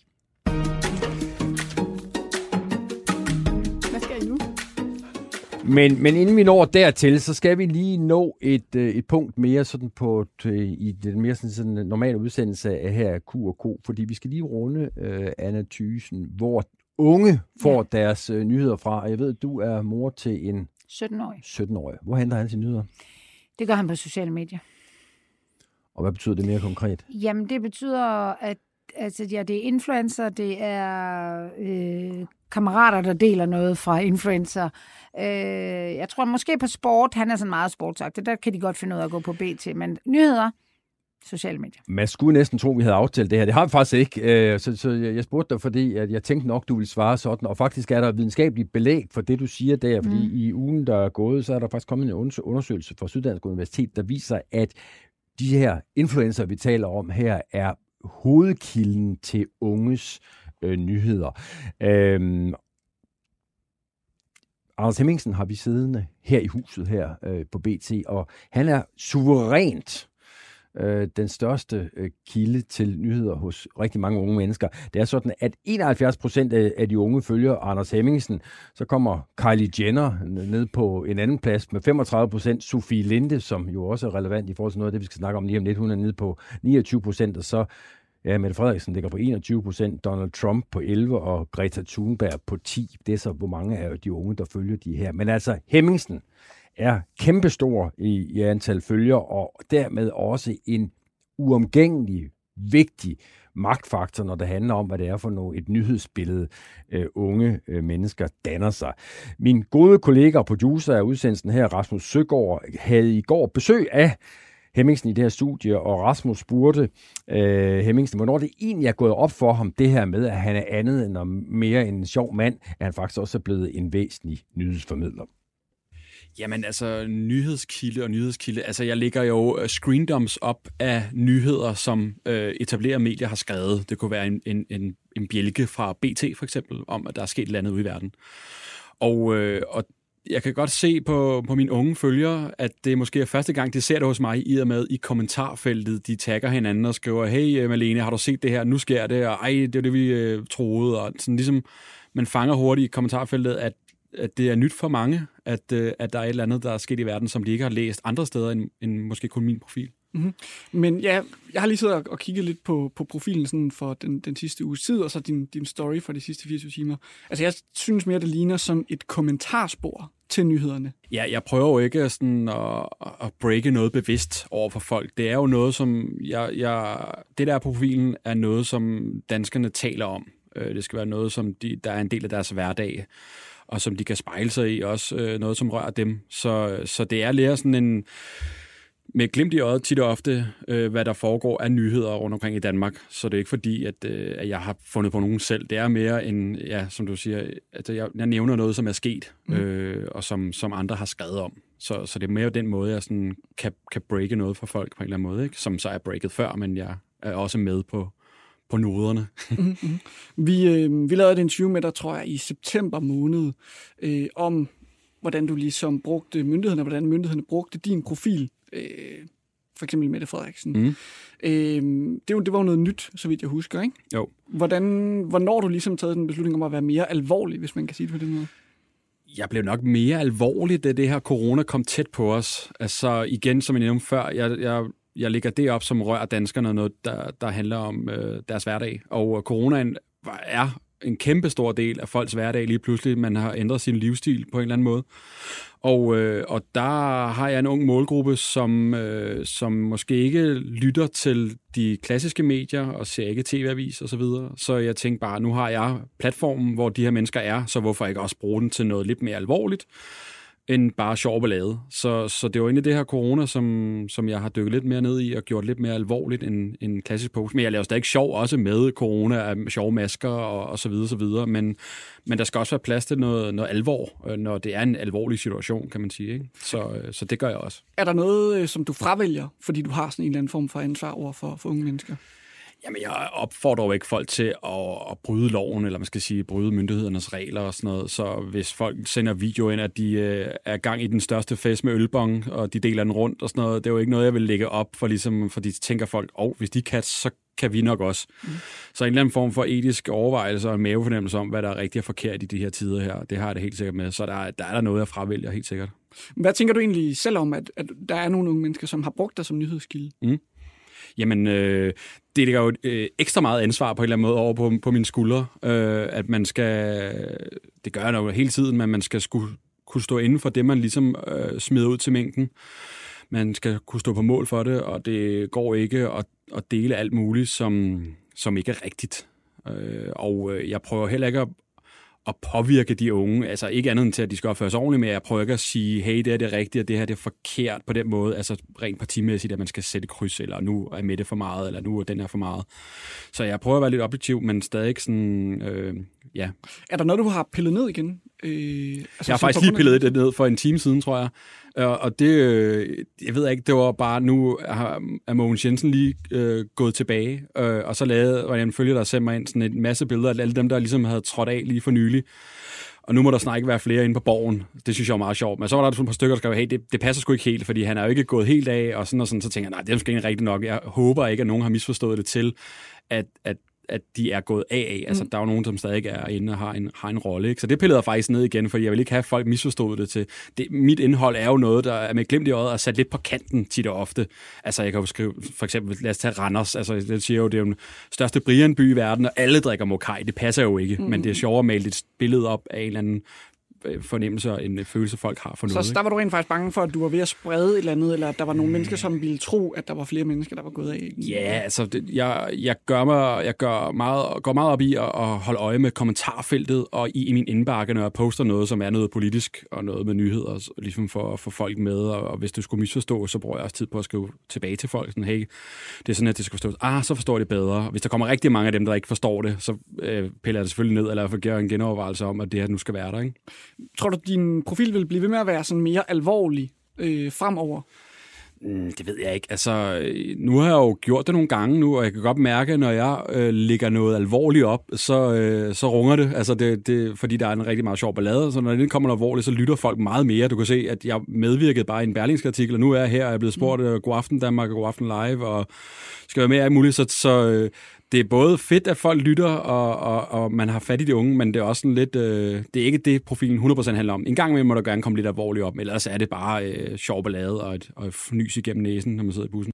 [SPEAKER 3] Hvad skal I nu?
[SPEAKER 1] Men, men inden vi når dertil, så skal vi lige nå et, et punkt mere sådan på, i den mere sådan, sådan normale udsendelse af her Q og K, fordi vi skal lige runde uh, Anna Thysen, hvor unge får ja. deres uh, nyheder fra. Og jeg ved, at du er mor til en
[SPEAKER 2] sytten-årig.
[SPEAKER 1] sytten-årig. Hvor henter han sine nyheder?
[SPEAKER 2] Det gør han på sociale medier.
[SPEAKER 1] Og hvad betyder det mere konkret?
[SPEAKER 2] Jamen, det betyder, at altså, ja, det er influencer, det er øh, kammerater, der deler noget fra influencer. Øh, jeg tror måske på sport, han er sådan meget sportsagtig, der kan de godt finde ud af at gå på B T, men nyheder, sociale medier. Man
[SPEAKER 1] skulle næsten tro, vi havde aftalt det her. Det har vi faktisk ikke. Så, så jeg spurgte dig, fordi at jeg tænkte nok, du ville svare sådan. Og faktisk er der videnskabeligt belæg for det, du siger der. Fordi mm. i ugen, der er gået, så er der faktisk kommet en undersøgelse fra Syddansk Universitet, der viser, at de her influencer, vi taler om her, er hovedkilden til unges øh, nyheder. Øhm, Anders Hemmingsen har vi siddende her i huset her øh, på B T, og han er suverænt øh, den største øh, kilde til nyheder hos rigtig mange unge mennesker. Det er sådan, at enoghalvfjerds procent af, af de unge følger Anders Hemmingsen. Så kommer Kylie Jenner ned på en anden plads med femogtredive procent. Sofie Linde, som jo også er relevant i forhold til noget af det, vi skal snakke om lige om lidt, hun er nede på niogtyve procent, og så ja, Mette Frederiksen ligger på enogtyve procent, Donald Trump på elleve og Greta Thunberg på ti. Det er så, hvor mange af de unge, der følger de her. Men altså, Hemmingsen er kæmpestor i, i antal følgere, og dermed også en uomgængelig, vigtig magtfaktor, når det handler om, hvad det er for noget, et nyhedsbillede, øh, unge øh, mennesker danner sig. Min gode kollega og producer af udsendelsen her, Rasmus Søgaard, havde i går besøg af Hemmingsen i det her studie, og Rasmus spurgte øh, Hemmingsen, hvornår det egentlig er gået op for ham, det her med, at han er andet end mere en sjov mand, at han faktisk også er blevet en væsentlig nyhedsformidler.
[SPEAKER 4] Jamen altså, nyhedskilde og nyhedskilde. Altså, jeg lægger jo screendumps op af nyheder, som øh, etablerede medier har skrevet. Det kunne være en, en, en, en bjælke fra B T for eksempel, om at der er sket et eller andet ude i verden. Og, øh, og jeg kan godt se på, på mine unge følgere, at det måske er første gang, de ser det hos mig, i og med i kommentarfeltet. De tagger hinanden og skriver, hey Malene, har du set det her? Nu sker det, og ej, det er det, vi øh, troede. Og sådan ligesom, man fanger hurtigt i kommentarfeltet, at, at det er nyt for mange, at, øh, at der er et eller andet, der er sket i verden, som de ikke har læst andre steder end, end måske kun min profil.
[SPEAKER 5] Mm-hmm. Men ja, jeg har lige siddet og, og kigget lidt på, på profilen sådan for den, den sidste uges tid, og så din, din story for de sidste fireogtyve timer. Altså jeg synes mere, det ligner som et kommentarspor til nyhederne.
[SPEAKER 4] Ja, jeg prøver jo ikke sådan at, at breake noget bevidst over for folk. Det er jo noget, som jeg, jeg, det der på profilen er noget, som danskerne taler om. Det skal være noget, som de, der er en del af deres hverdag, og som de kan spejle sig i, også noget, som rører dem. Så, så det er lidt sådan en, med glimt i øjet tit og ofte, hvad der foregår af nyheder rundt omkring i Danmark. Så det er ikke fordi, at, at jeg har fundet på nogen selv. Det er mere en, ja, som du siger, at jeg, jeg nævner noget, som er sket, mm. øh, og som, som andre har skrevet om. Så, så det er mere den måde, jeg sådan kan, kan breake noget for folk på en eller anden måde, ikke? Som så er breaket før, men jeg er også med på på noderne.
[SPEAKER 5] mm-hmm. Vi, øh, vi lavede et interview med dig, tror jeg, i september måned, øh, om hvordan du ligesom brugte myndighederne, hvordan myndighederne brugte din profil, øh, for eksempel Mette Frederiksen. Mm. Øh, det, det var jo noget nyt, så vidt jeg husker, ikke?
[SPEAKER 4] Jo.
[SPEAKER 5] Hvordan, hvornår du ligesom taget den beslutning om at være mere alvorlig, hvis man kan sige det på den måde?
[SPEAKER 4] Jeg blev nok mere alvorlig, da det her corona kom tæt på os. Altså igen, som jeg nævnte før, jeg, jeg Jeg lægger det op, som rører danskerne, noget, der, der handler om øh, deres hverdag. Og coronaen er en kæmpe stor del af folks hverdag lige pludselig. Man har ændret sin livsstil på en eller anden måde. Og, øh, og der har jeg en ung målgruppe, som, øh, som måske ikke lytter til de klassiske medier og ser ikke tv-avis og så videre. Så jeg tænkte bare, nu har jeg platformen, hvor de her mennesker er, så hvorfor ikke også bruge den til noget lidt mere alvorligt end bare sjov ballade. Så, så det var egentlig det her corona, som, som jeg har dykket lidt mere ned i og gjort lidt mere alvorligt end en klassisk post. Men jeg laver stadig sjov også med corona, sjove masker og, og så videre, så videre. Men, men der skal også være plads til noget, noget alvor, når det er en alvorlig situation, kan man sige. Ikke? Så, så det gør jeg også.
[SPEAKER 5] Er der noget, som du fravælger, fordi du har sådan en eller anden form for ansvar over for, for unge mennesker?
[SPEAKER 4] Jamen, jeg opfordrer jo ikke folk til at, at bryde loven, eller man skal sige, bryde myndighedernes regler og sådan noget. Så hvis folk sender video ind, at de øh, er gang i den største fest med ølbong, og de deler den rundt og sådan noget, det er jo ikke noget, jeg vil lægge op, for ligesom, fordi tænker folk, åh, oh, hvis de kan, så kan vi nok også. Mm. Så en eller anden form for etisk overvejelse og en mavefornemmelse om, hvad der er rigtigt og forkert i de her tider her, det har jeg det helt sikkert med. Så der, der er der noget, jeg fravælger helt sikkert.
[SPEAKER 5] Hvad tænker du egentlig selv om, at, at der er nogle unge mennesker, som har brugt dig som nyhedskilde?
[SPEAKER 4] Mm. Jamen, øh, det ligger jo øh, ekstra meget ansvar på en eller anden måde over på, på mine skuldre, øh, at man skal, det gør jeg jo hele tiden, men man skal skulle, kunne stå inden for det, man ligesom øh, smider ud til mængden. Man skal kunne stå på mål for det, og det går ikke at, at dele alt muligt, som, som ikke er rigtigt. Øh, og jeg prøver heller ikke at at påvirke de unge, altså ikke andet end til, at de skal opføre sig ordentligt, men jeg prøver ikke at sige, hey, det er det rigtige, og det her det er forkert på den måde, altså rent partimæssigt, at man skal sætte kryds, eller nu er Mette for meget, eller nu er den her for meget. Så jeg prøver at være lidt objektiv, men stadig sådan, øh, ja.
[SPEAKER 5] Er der noget, du har pillet ned igen? Øh,
[SPEAKER 4] altså, jeg har faktisk lige pillet det ned for en time siden, tror jeg. Og det, jeg ved ikke, det var bare, nu er Mogens Jensen lige øh, gået tilbage, øh, og så lavede, var jeg en følger, der sendte mig ind sådan en masse billeder af alle dem, der ligesom havde trådt af lige for nylig. Og nu må der snart ikke være flere inde på borgen. Det synes jeg var meget sjovt. Men så var der sådan et par stykker, der skrev, hey, det, det passer sgu ikke helt, fordi han er jo ikke gået helt af, og sådan og sådan. Så tænker jeg, nej, det er måske ikke rigtigt nok. Jeg håber ikke, at nogen har misforstået det til, at, at at de er gået af af. Altså, mm. der er jo nogen, som stadig er inde og har en, har en rolle. Ikke? Så det pillede jeg faktisk ned igen, fordi jeg vil ikke have, at folk misforstod det til. Det, mit indhold er jo noget, der er med glimt i øjet og sat lidt på kanten tit og ofte. Altså, jeg kan jo skrive, for eksempel, lad os tage Randers. Altså, det siger jo, det er jo den største Brian-by i verden, og alle drikker Mokai. Det passer jo ikke, mm. men det er sjovere at male et billede op af en eller anden fornemmelse og en følelse, folk har for noget.
[SPEAKER 5] Så der var du rent faktisk bange for, at du var ved at sprede et eller andet, eller at der var nogle mm. mennesker, som ville tro, at der var flere mennesker, der var gået af?
[SPEAKER 4] Ja, altså, det, jeg, jeg, gør mig, jeg gør meget, går meget op i at, at holde øje med kommentarfeltet, og i, i min indbakke, når jeg poster noget, som er noget politisk, og noget med nyheder, så, ligesom for at få folk med, og, og hvis det skulle misforstås, så bruger jeg også tid på at skrive tilbage til folk, sådan, hey, det er sådan, at det skal forstås. Ah, så forstår det bedre. Hvis der kommer rigtig mange af dem, der ikke forstår det, så øh, piller jeg det selvfølgelig ned, eller gør en genovervejelse om, at det her nu skal være der, ikke?
[SPEAKER 5] Tror du, din profil vil blive ved med at være sådan mere alvorlig øh, fremover?
[SPEAKER 4] Mm, det ved jeg ikke. Altså, nu har jeg jo gjort det nogle gange nu, og jeg kan godt mærke, når jeg øh, lægger noget alvorligt op, så, øh, så runger det. Altså, det, det, fordi der er en rigtig meget sjov ballade. Så når det kommer noget alvorligt, så lytter folk meget mere. Du kan se, at jeg medvirkede bare i en Berlingske artikel, og nu er jeg her, og jeg er blevet spurgt, mm. God aften Danmark og God aften live, og skal være med alt muligt. Så, så det er både fedt, at folk lytter, og, og, og man har fat i de unge, men det er også sådan lidt, øh, det er ikke det, profilen hundrede procent handler om. En gang imellem må der gerne komme lidt alvorligt op, ellers er det bare øh, sjov ballade og et, og et fnys igennem næsen, når man sidder i bussen.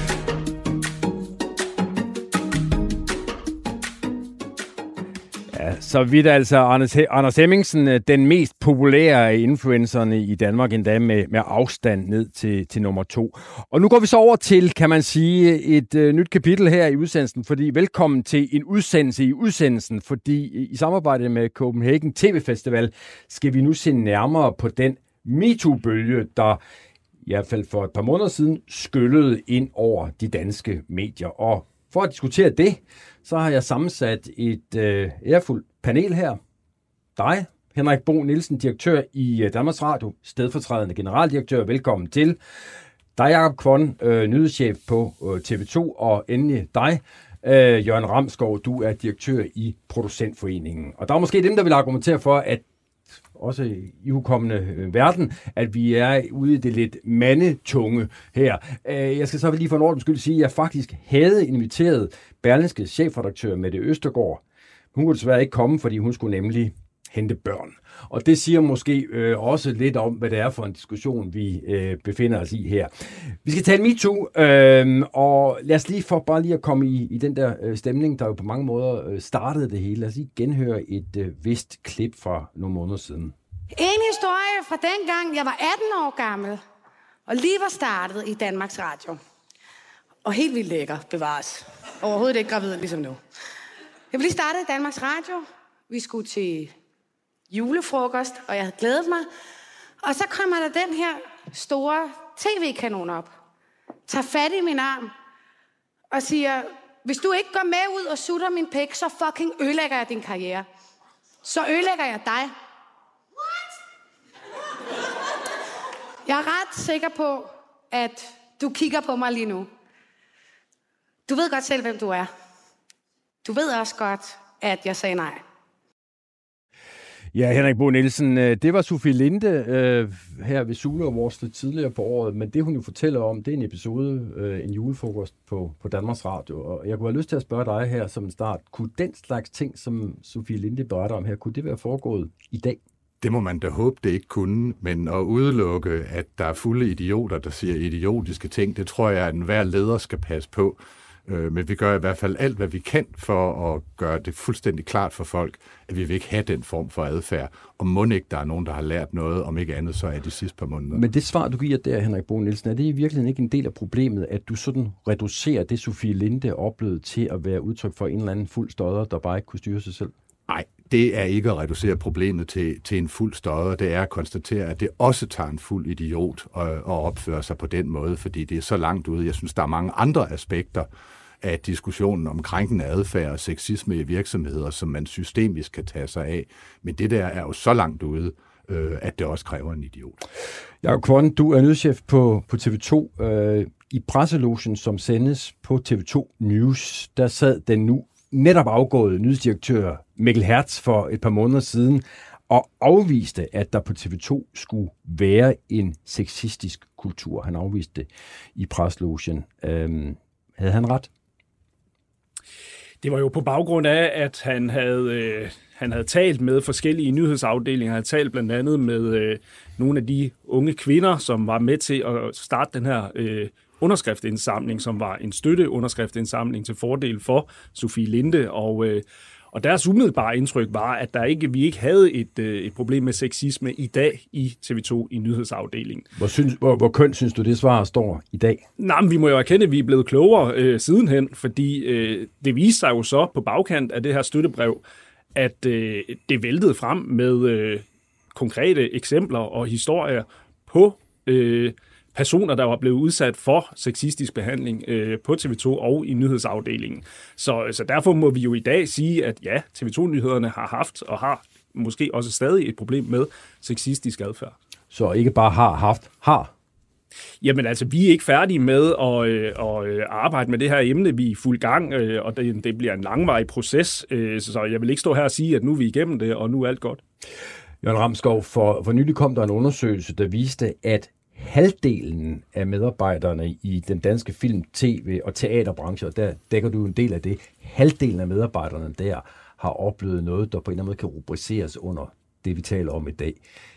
[SPEAKER 1] Ja, så vidt altså Anders, Anders Hemmingsen, den mest populære af influencerne i Danmark, endda med, med afstand ned til, til nummer to. Og nu går vi så over til, kan man sige, et uh, nyt kapitel her i udsendelsen, fordi velkommen til en udsendelse i udsendelsen, fordi i samarbejde med Copenhagen T V Festival skal vi nu se nærmere på den MeToo-bølge, der i hvert fald for et par måneder siden skyllede ind over de danske medier. Og for at diskutere det, så har jeg sammensat et øh, ærefuldt panel her. Dig, Henrik Bo Nielsen, direktør i øh, Danmarks Radio, stedfortrædende generaldirektør. Velkommen til. Dig, Jacob Kvon, øh, nyhedschef på øh, T V to, og endelig dig, øh, Jørgen Ramskov, du er direktør i Producentforeningen. Og der er måske dem, der vil argumentere for, at også i ukommende verden, at vi er ude i det lidt mandetunge her. Jeg skal så lige for en ordens skyld sige, at jeg faktisk havde inviteret Berlingskes chefredaktør Mette Østergaard. Hun kunne desværre ikke komme, fordi hun skulle nemlig hente børn. Og det siger måske øh, også lidt om, hvad det er for en diskussion, vi øh, befinder os i her. Vi skal tale MeToo, øh, og lad os lige for bare lige at komme i, i den der øh, stemning, der jo på mange måder øh, startede det hele. Lad os lige genhøre et øh, vist klip fra nogle måneder siden.
[SPEAKER 6] En historie fra dengang, jeg var atten år gammel, og lige var startet i Danmarks Radio. Og helt vildt lækker, bevares. Overhovedet ikke gravid, ligesom nu. Jeg blev lige startet i Danmarks Radio. Vi skulle til julefrokost, og jeg havde glædet mig. Og så kommer der den her store tv-kanon op, tager fat i min arm og siger, hvis du ikke går med ud og sutter min pæk, så fucking ødelægger jeg din karriere. Så ødelægger jeg dig. What? Jeg er ret sikker på, at du kigger på mig lige nu. Du ved godt selv, hvem du er. Du ved også godt, at jeg sagde nej.
[SPEAKER 1] Ja, Henrik Bo Nielsen, det var Sofie Linde øh, her ved Zulu Awards tidligere på året, men det hun jo fortæller om, det er en episode, øh, en julefrokost på, på Danmarks Radio, og jeg kunne have lyst til at spørge dig her som en start. Kunne den slags ting, som Sofie Linde beretter om her, kunne det være foregået i dag?
[SPEAKER 7] Det må man da håbe, det ikke kunne, men at udelukke, at der er fulde idioter, der siger idiotiske ting, det tror jeg, at enhver leder skal passe på. Men vi gør i hvert fald alt, hvad vi kan for at gøre det fuldstændig klart for folk, at vi vil ikke have den form for adfærd. Og må ikke, der er nogen, der har lært noget, om ikke andet, så er de sidste par måneder.
[SPEAKER 1] Men det svar, du giver der, Henrik Bo Nielsen, er det i virkeligheden ikke en del af problemet, at du sådan reducerer det, Sofie Linde oplevede til at være udtryk for en eller anden fuld stodder, der bare ikke kunne styre sig selv?
[SPEAKER 7] Nej, det er ikke at reducere problemet til, til en fuld stodder. Det er at konstatere, at det også tager en fuld idiot at, at opføre sig på den måde, fordi det er så langt ude. Jeg synes, der er mange andre aspekter af diskussionen om krænkende adfærd og sexisme i virksomheder, som man systemisk kan tage sig af. Men det der er jo så langt ude, øh, at det også kræver en idiot.
[SPEAKER 1] Jacob Kvon, du er nyhedschef på, på T V to. Øh, I presselogen, som sendes på T V to News, der sad den nu netop afgået nyhedsdirektør Mikkel Hertz for et par måneder siden og afviste, at der på T V to skulle være en sexistisk kultur. Han afviste det i presselogen. Øh, havde han ret?
[SPEAKER 8] Det var jo på baggrund af, at han havde, øh, han havde talt med forskellige nyhedsafdelinger. Han havde talt blandt andet med øh, nogle af de unge kvinder, som var med til at starte den her øh, underskriftsindsamling, som var en støtteunderskriftsindsamling til fordel for Sofie Linde. Og, øh, og deres umiddelbare indtryk var, at der ikke, vi ikke havde et, øh, et problem med sexisme i dag i T V to i nyhedsafdelingen. Hvor,
[SPEAKER 1] synes, hvor, hvor kønt synes du, det svar står i dag?
[SPEAKER 8] Nej, men vi må jo erkende, at vi er blevet klogere øh, sidenhen, fordi øh, det viste sig jo så på bagkant af det her støttebrev, at øh, det væltede frem med øh, konkrete eksempler og historier på øh, personer, der var blevet udsat for sexistisk behandling øh, på T V to og i nyhedsafdelingen. Så, så derfor må vi jo i dag sige, at ja, T V to-nyhederne har haft og har måske også stadig et problem med sexistisk adfærd.
[SPEAKER 1] Så ikke bare har haft, har?
[SPEAKER 8] Jamen altså, vi er ikke færdige med at, øh, at arbejde med det her emne. Vi er i fuld gang, øh, og det, det bliver en langvarig proces. Øh, så jeg vil ikke stå her og sige, at nu er vi igennem det, og nu er alt godt.
[SPEAKER 1] Jørgen Ramskov, for, for nylig kom der en undersøgelse, der viste, at halvdelen af medarbejderne i den danske film, tv og teaterbranche, og der dækker du en del af det, halvdelen af medarbejderne der har oplevet noget, der på en eller anden måde kan rubriceres under det, vi taler om i dag.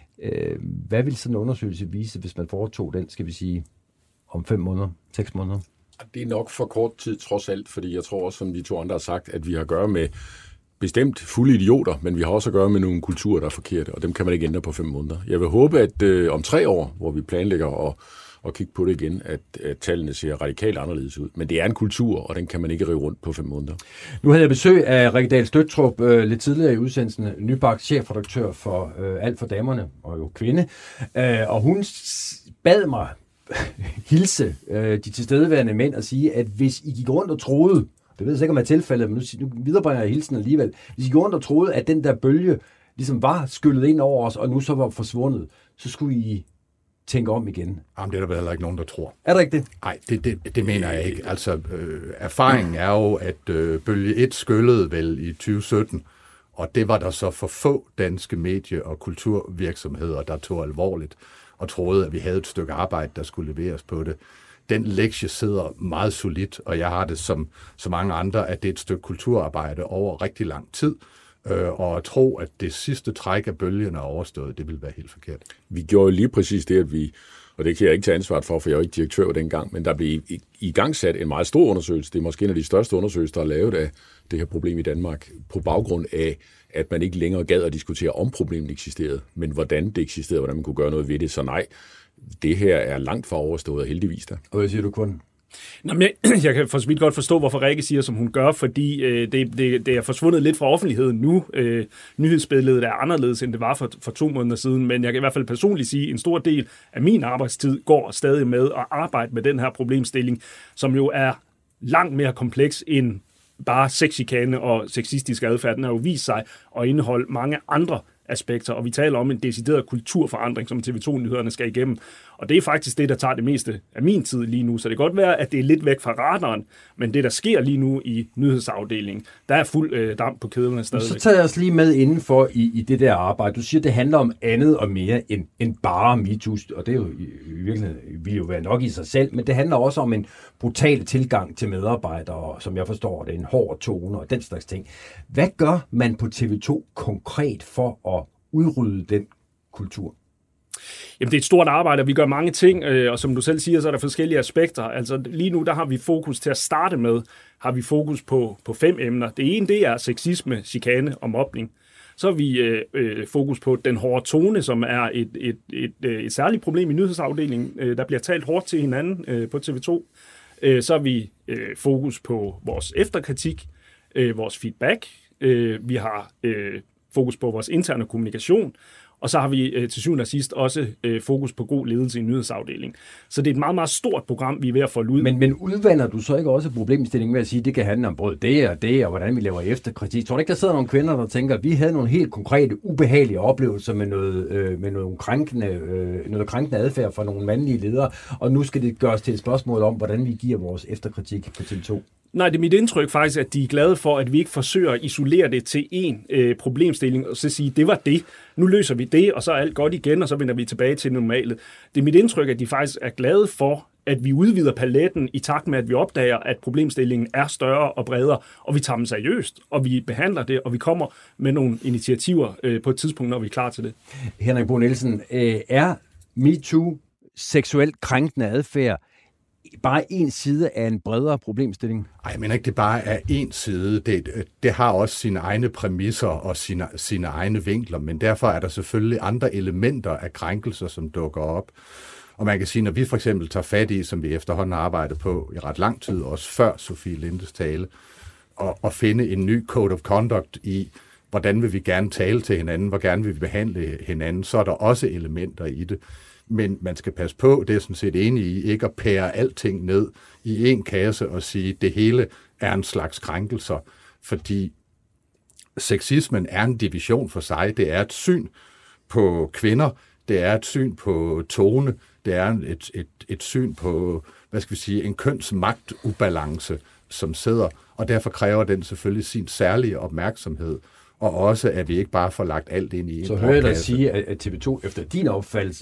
[SPEAKER 1] Hvad vil sådan en undersøgelse vise, hvis man foretog den, skal vi sige, om fem måneder, seks måneder?
[SPEAKER 9] Det er nok for kort tid, trods alt, fordi jeg tror også, som de to andre har sagt, at vi har at gøre med bestemt fulde idioter, men vi har også at gøre med nogle kulturer, der er forkerte, og dem kan man ikke ændre på fem måneder. Jeg vil håbe, at øh, om tre år, hvor vi planlægger at, at kigge på det igen, at, at tallene ser radikalt anderledes ud. Men det er en kultur, og den kan man ikke rive rundt på fem måneder.
[SPEAKER 1] Nu havde jeg besøg af Rikke Dahl Støttrup øh, lidt tidligere i udsendelsen, Nybaks chefredaktør for øh, Alt for Damerne, og jo kvinde, øh, og hun bad mig hilse øh, de tilstedeværende mænd og sige, at hvis I gik rundt og troede, det ved jeg ikke om er tilfældet, men nu, nu viderebringer jeg hilsen alligevel, hvis I gik rundt og troede, at den der bølge ligesom var skyllet ind over os, og nu så var forsvundet, så skulle I tænke om igen.
[SPEAKER 7] Jamen, det er der vel heller ikke nogen, der tror.
[SPEAKER 1] Er der ikke det?
[SPEAKER 7] Nej, det, det, det mener jeg ikke. Altså, øh, erfaringen er jo, at øh, bølge et skyllede vel i tyve sytten, og det var der så for få danske medie- og kulturvirksomheder, der tog alvorligt, og troede, at vi havde et stykke arbejde, der skulle leveres på det. Den lektie sidder meget solidt, og jeg har det som så mange andre, at det er et stykke kulturarbejde over rigtig lang tid, øh, og at tro, at det sidste træk af bølgen er overstået, det vil være helt forkert.
[SPEAKER 9] Vi gjorde jo lige præcis det, at vi, og det kan jeg ikke tage ansvar for, for jeg er jo ikke direktør dengang, men der blev i, i gang sat en meget stor undersøgelse. Det er måske en af de største undersøgelser, der er lavet af det her problem i Danmark, på baggrund af, at man ikke længere gad at diskutere, om problemet eksisterede, men hvordan det eksisterede, hvordan man kunne gøre noget ved det. Så nej, det her er langt fra overstået, heldigvis da.
[SPEAKER 1] Og hvad siger du, kun?
[SPEAKER 8] Nå, men jeg, jeg kan for så vidt godt forstå, hvorfor Rikke siger, som hun gør, fordi øh, det, det, det er forsvundet lidt fra offentligheden nu. Øh, nyhedsbilledet er anderledes, end det var for, for to måneder siden, men jeg kan i hvert fald personligt sige, at en stor del af min arbejdstid går stadig med at arbejde med den her problemstilling, som jo er langt mere kompleks end bare sexchikane og sexistisk adfærd. Den har jo vist sig at indeholde mange andre aspekter, og vi taler om en decideret kulturforandring, som T V to-nyhederne skal igennem. Og det er faktisk det, der tager det meste af min tid lige nu. Så det kan godt være, at det er lidt væk fra radaren, men det, der sker lige nu i nyhedsafdelingen, der er fuld øh, damp på kæderne stadigvæk.
[SPEAKER 1] Så tager jeg os lige med indenfor i, i det der arbejde. Du siger, det handler om andet og mere end, end bare MeToo, og det er jo i, i virkeligheden vil jo være nok i sig selv, men det handler også om en brutal tilgang til medarbejdere, som jeg forstår, det er en hård tone og den slags ting. Hvad gør man på T V to konkret for at udrydde den kultur?
[SPEAKER 8] Jamen, det er et stort arbejde, og vi gør mange ting, og som du selv siger, så er der forskellige aspekter. Altså lige nu, der har vi fokus til at starte med, har vi fokus på, på fem emner. Det ene, det er sexisme, chikane og mobning. Så har vi øh, fokus på den hårde tone, som er et, et, et, et, et særligt problem i nyhedsafdelingen. Der bliver talt hårdt til hinanden øh, på T V to. Øh, så har vi øh, fokus på vores efterkritik, øh, vores feedback. Øh, vi har øh, fokus på vores interne kommunikation. Og så har vi øh, til syvende og sidst også øh, fokus på god ledelse i nyhedsafdelingen. Så det er et meget, meget stort program, vi er ved at folde ud.
[SPEAKER 1] Men, men udvander du så ikke også problemstillingen med at sige, at det kan handle om både det og det, og hvordan vi laver efterkritik? Tror du ikke, der sidder nogle kvinder, der tænker, at vi havde nogle helt konkrete, ubehagelige oplevelser med noget, øh, med noget, krænkende, øh, noget krænkende adfærd fra nogle mandlige ledere, og nu skal det gøres til et spørgsmål om, hvordan vi giver vores efterkritik på T V to?
[SPEAKER 8] Nej, det er mit indtryk faktisk, at de er glade for, at vi ikke forsøger at isolere det til én øh, problemstilling, og så sige, det var det, nu løser vi det, og så er alt godt igen, og så vender vi tilbage til normale. Det er mit indtryk, at de faktisk er glade for, at vi udvider paletten i takt med, at vi opdager, at problemstillingen er større og bredere, og vi tager dem seriøst, og vi behandler det, og vi kommer med nogle initiativer øh, på et tidspunkt, når vi er klar til det.
[SPEAKER 1] Henrik Bo Nielsen, øh, er MeToo seksuelt krænkende adfærd bare en side af en bredere problemstilling?
[SPEAKER 7] Ej, jeg mener ikke, det bare er en side. Det, det har også sine egne præmisser og sine, sine egne vinkler, men derfor er der selvfølgelig andre elementer af krænkelser, som dukker op. Og man kan sige, når vi for eksempel tager fat i, som vi efterhånden har arbejdet på i ret lang tid, også før Sofie Lindes tale, og, og finde en ny code of conduct i, hvordan vil vi gerne tale til hinanden, hvor gerne vil vi behandle hinanden, så er der også elementer i det. Men man skal passe på, det er jeg sådan set enig i, ikke at pære alting ned i en kasse og sige, at det hele er en slags krænkelser, fordi sexismen er en division for sig. Det er et syn på kvinder, det er et syn på tone, det er et, et, et syn på, hvad skal vi sige, en kønsmagtubalance, som sidder, og derfor kræver den selvfølgelig sin særlige opmærksomhed, og også, at vi ikke bare får lagt alt ind i en
[SPEAKER 1] Så hører jeg dig sige, at T V to efter din opfattelse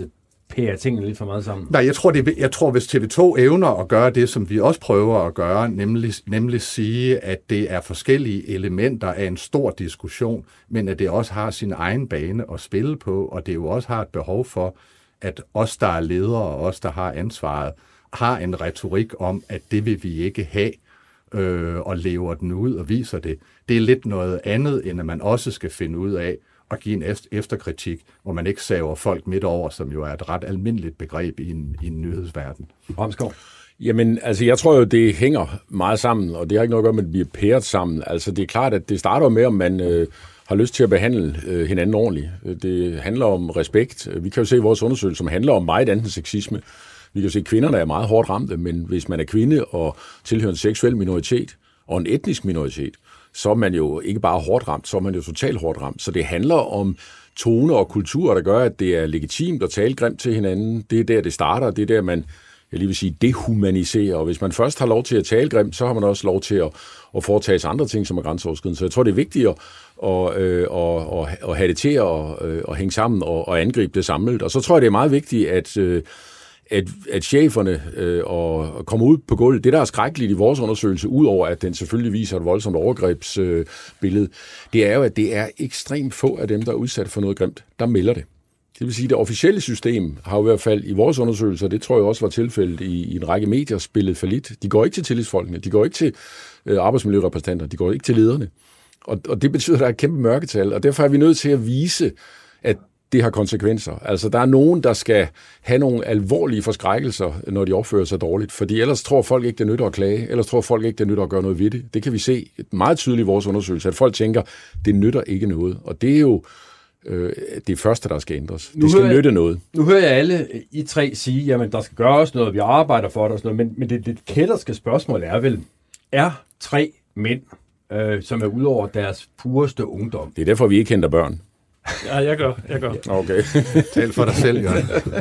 [SPEAKER 1] pærer tingene lidt for meget sammen?
[SPEAKER 7] Nej, jeg tror, det, jeg tror, hvis T V to evner at gøre det, som vi også prøver at gøre, nemlig, nemlig sige, at det er forskellige elementer af en stor diskussion, men at det også har sin egen bane at spille på, og det jo også har et behov for, at os, der er ledere, og os, der har ansvaret, har en retorik om, at det vil vi ikke have, øh, og lever den ud og viser det. Det er lidt noget andet, end at man også skal finde ud af at give en efterkritik, hvor man ikke saver folk midt over, som jo er et ret almindeligt begreb i en, i en nyhedsverden.
[SPEAKER 1] Ramskov.
[SPEAKER 9] Jamen, altså jeg tror jo, det hænger meget sammen, og det har ikke noget at gøre med, at det bliver pæret sammen. Altså det er klart, at det starter med, om man øh, har lyst til at behandle øh, hinanden ordentligt. Det handler om respekt. Vi kan jo se i vores undersøgelse, som handler om meget andet sexisme. Vi kan jo se, at kvinderne er meget hårdt ramte, men hvis man er kvinde og tilhører en seksuel minoritet og en etnisk minoritet, så er man jo ikke bare hårdt ramt, så er man jo totalt hårdt ramt. Så det handler om tone og kultur, der gør, at det er legitimt at tale grimt til hinanden. Det er der, det starter. Det er der, man, jeg lige vil sige, dehumaniserer. Og hvis man først har lov til at tale grimt, så har man også lov til at, at foretage sig andre ting, som er grænseoverskridende. Så jeg tror, det er vigtigt at, at, at, at, at have det til at, at hænge sammen og, og angribe det samlet. Og så tror jeg, det er meget vigtigt, at At, at cheferne øh, og kommer ud på gulvet. Det, der er skrækkeligt i vores undersøgelse, udover at den selvfølgelig viser et voldsomt overgrebsbillede, øh, det er jo, at det er ekstremt få af dem, der er udsat for noget grimt, der melder det. Det vil sige, at det officielle system har jo i hvert fald i vores undersøgelser, det tror jeg også var tilfældet i, i en række medier, spillet fallit. De går ikke til tillidsfolkene, de går ikke til øh, arbejdsmiljørepræsentanter, de går ikke til lederne. Og, og det betyder, at der er et kæmpe mørketal, og derfor er vi nødt til at vise, at det har konsekvenser. Altså, der er nogen, der skal have nogle alvorlige forskrækkelser, når de opfører sig dårligt, fordi ellers tror folk ikke, det nytter at klage, ellers tror folk ikke, det nytter at gøre noget ved det. Det kan vi se meget tydeligt i vores undersøgelse, at folk tænker, det nytter ikke noget. Og det er jo øh, det første, der skal ændres. Det skal nytte noget.
[SPEAKER 1] Nu hører jeg alle I tre sige, jamen, der skal gøres noget, vi arbejder for det og sådan noget, men, men det lidt kætterske spørgsmål er vel, er tre mænd, øh, som er ud over deres pureste ungdom?
[SPEAKER 9] Det er derfor, vi ikke henter børn.
[SPEAKER 8] Ja, jeg gør. Jeg gør.
[SPEAKER 9] Okay.
[SPEAKER 7] Tal for dig selv, Jørgen.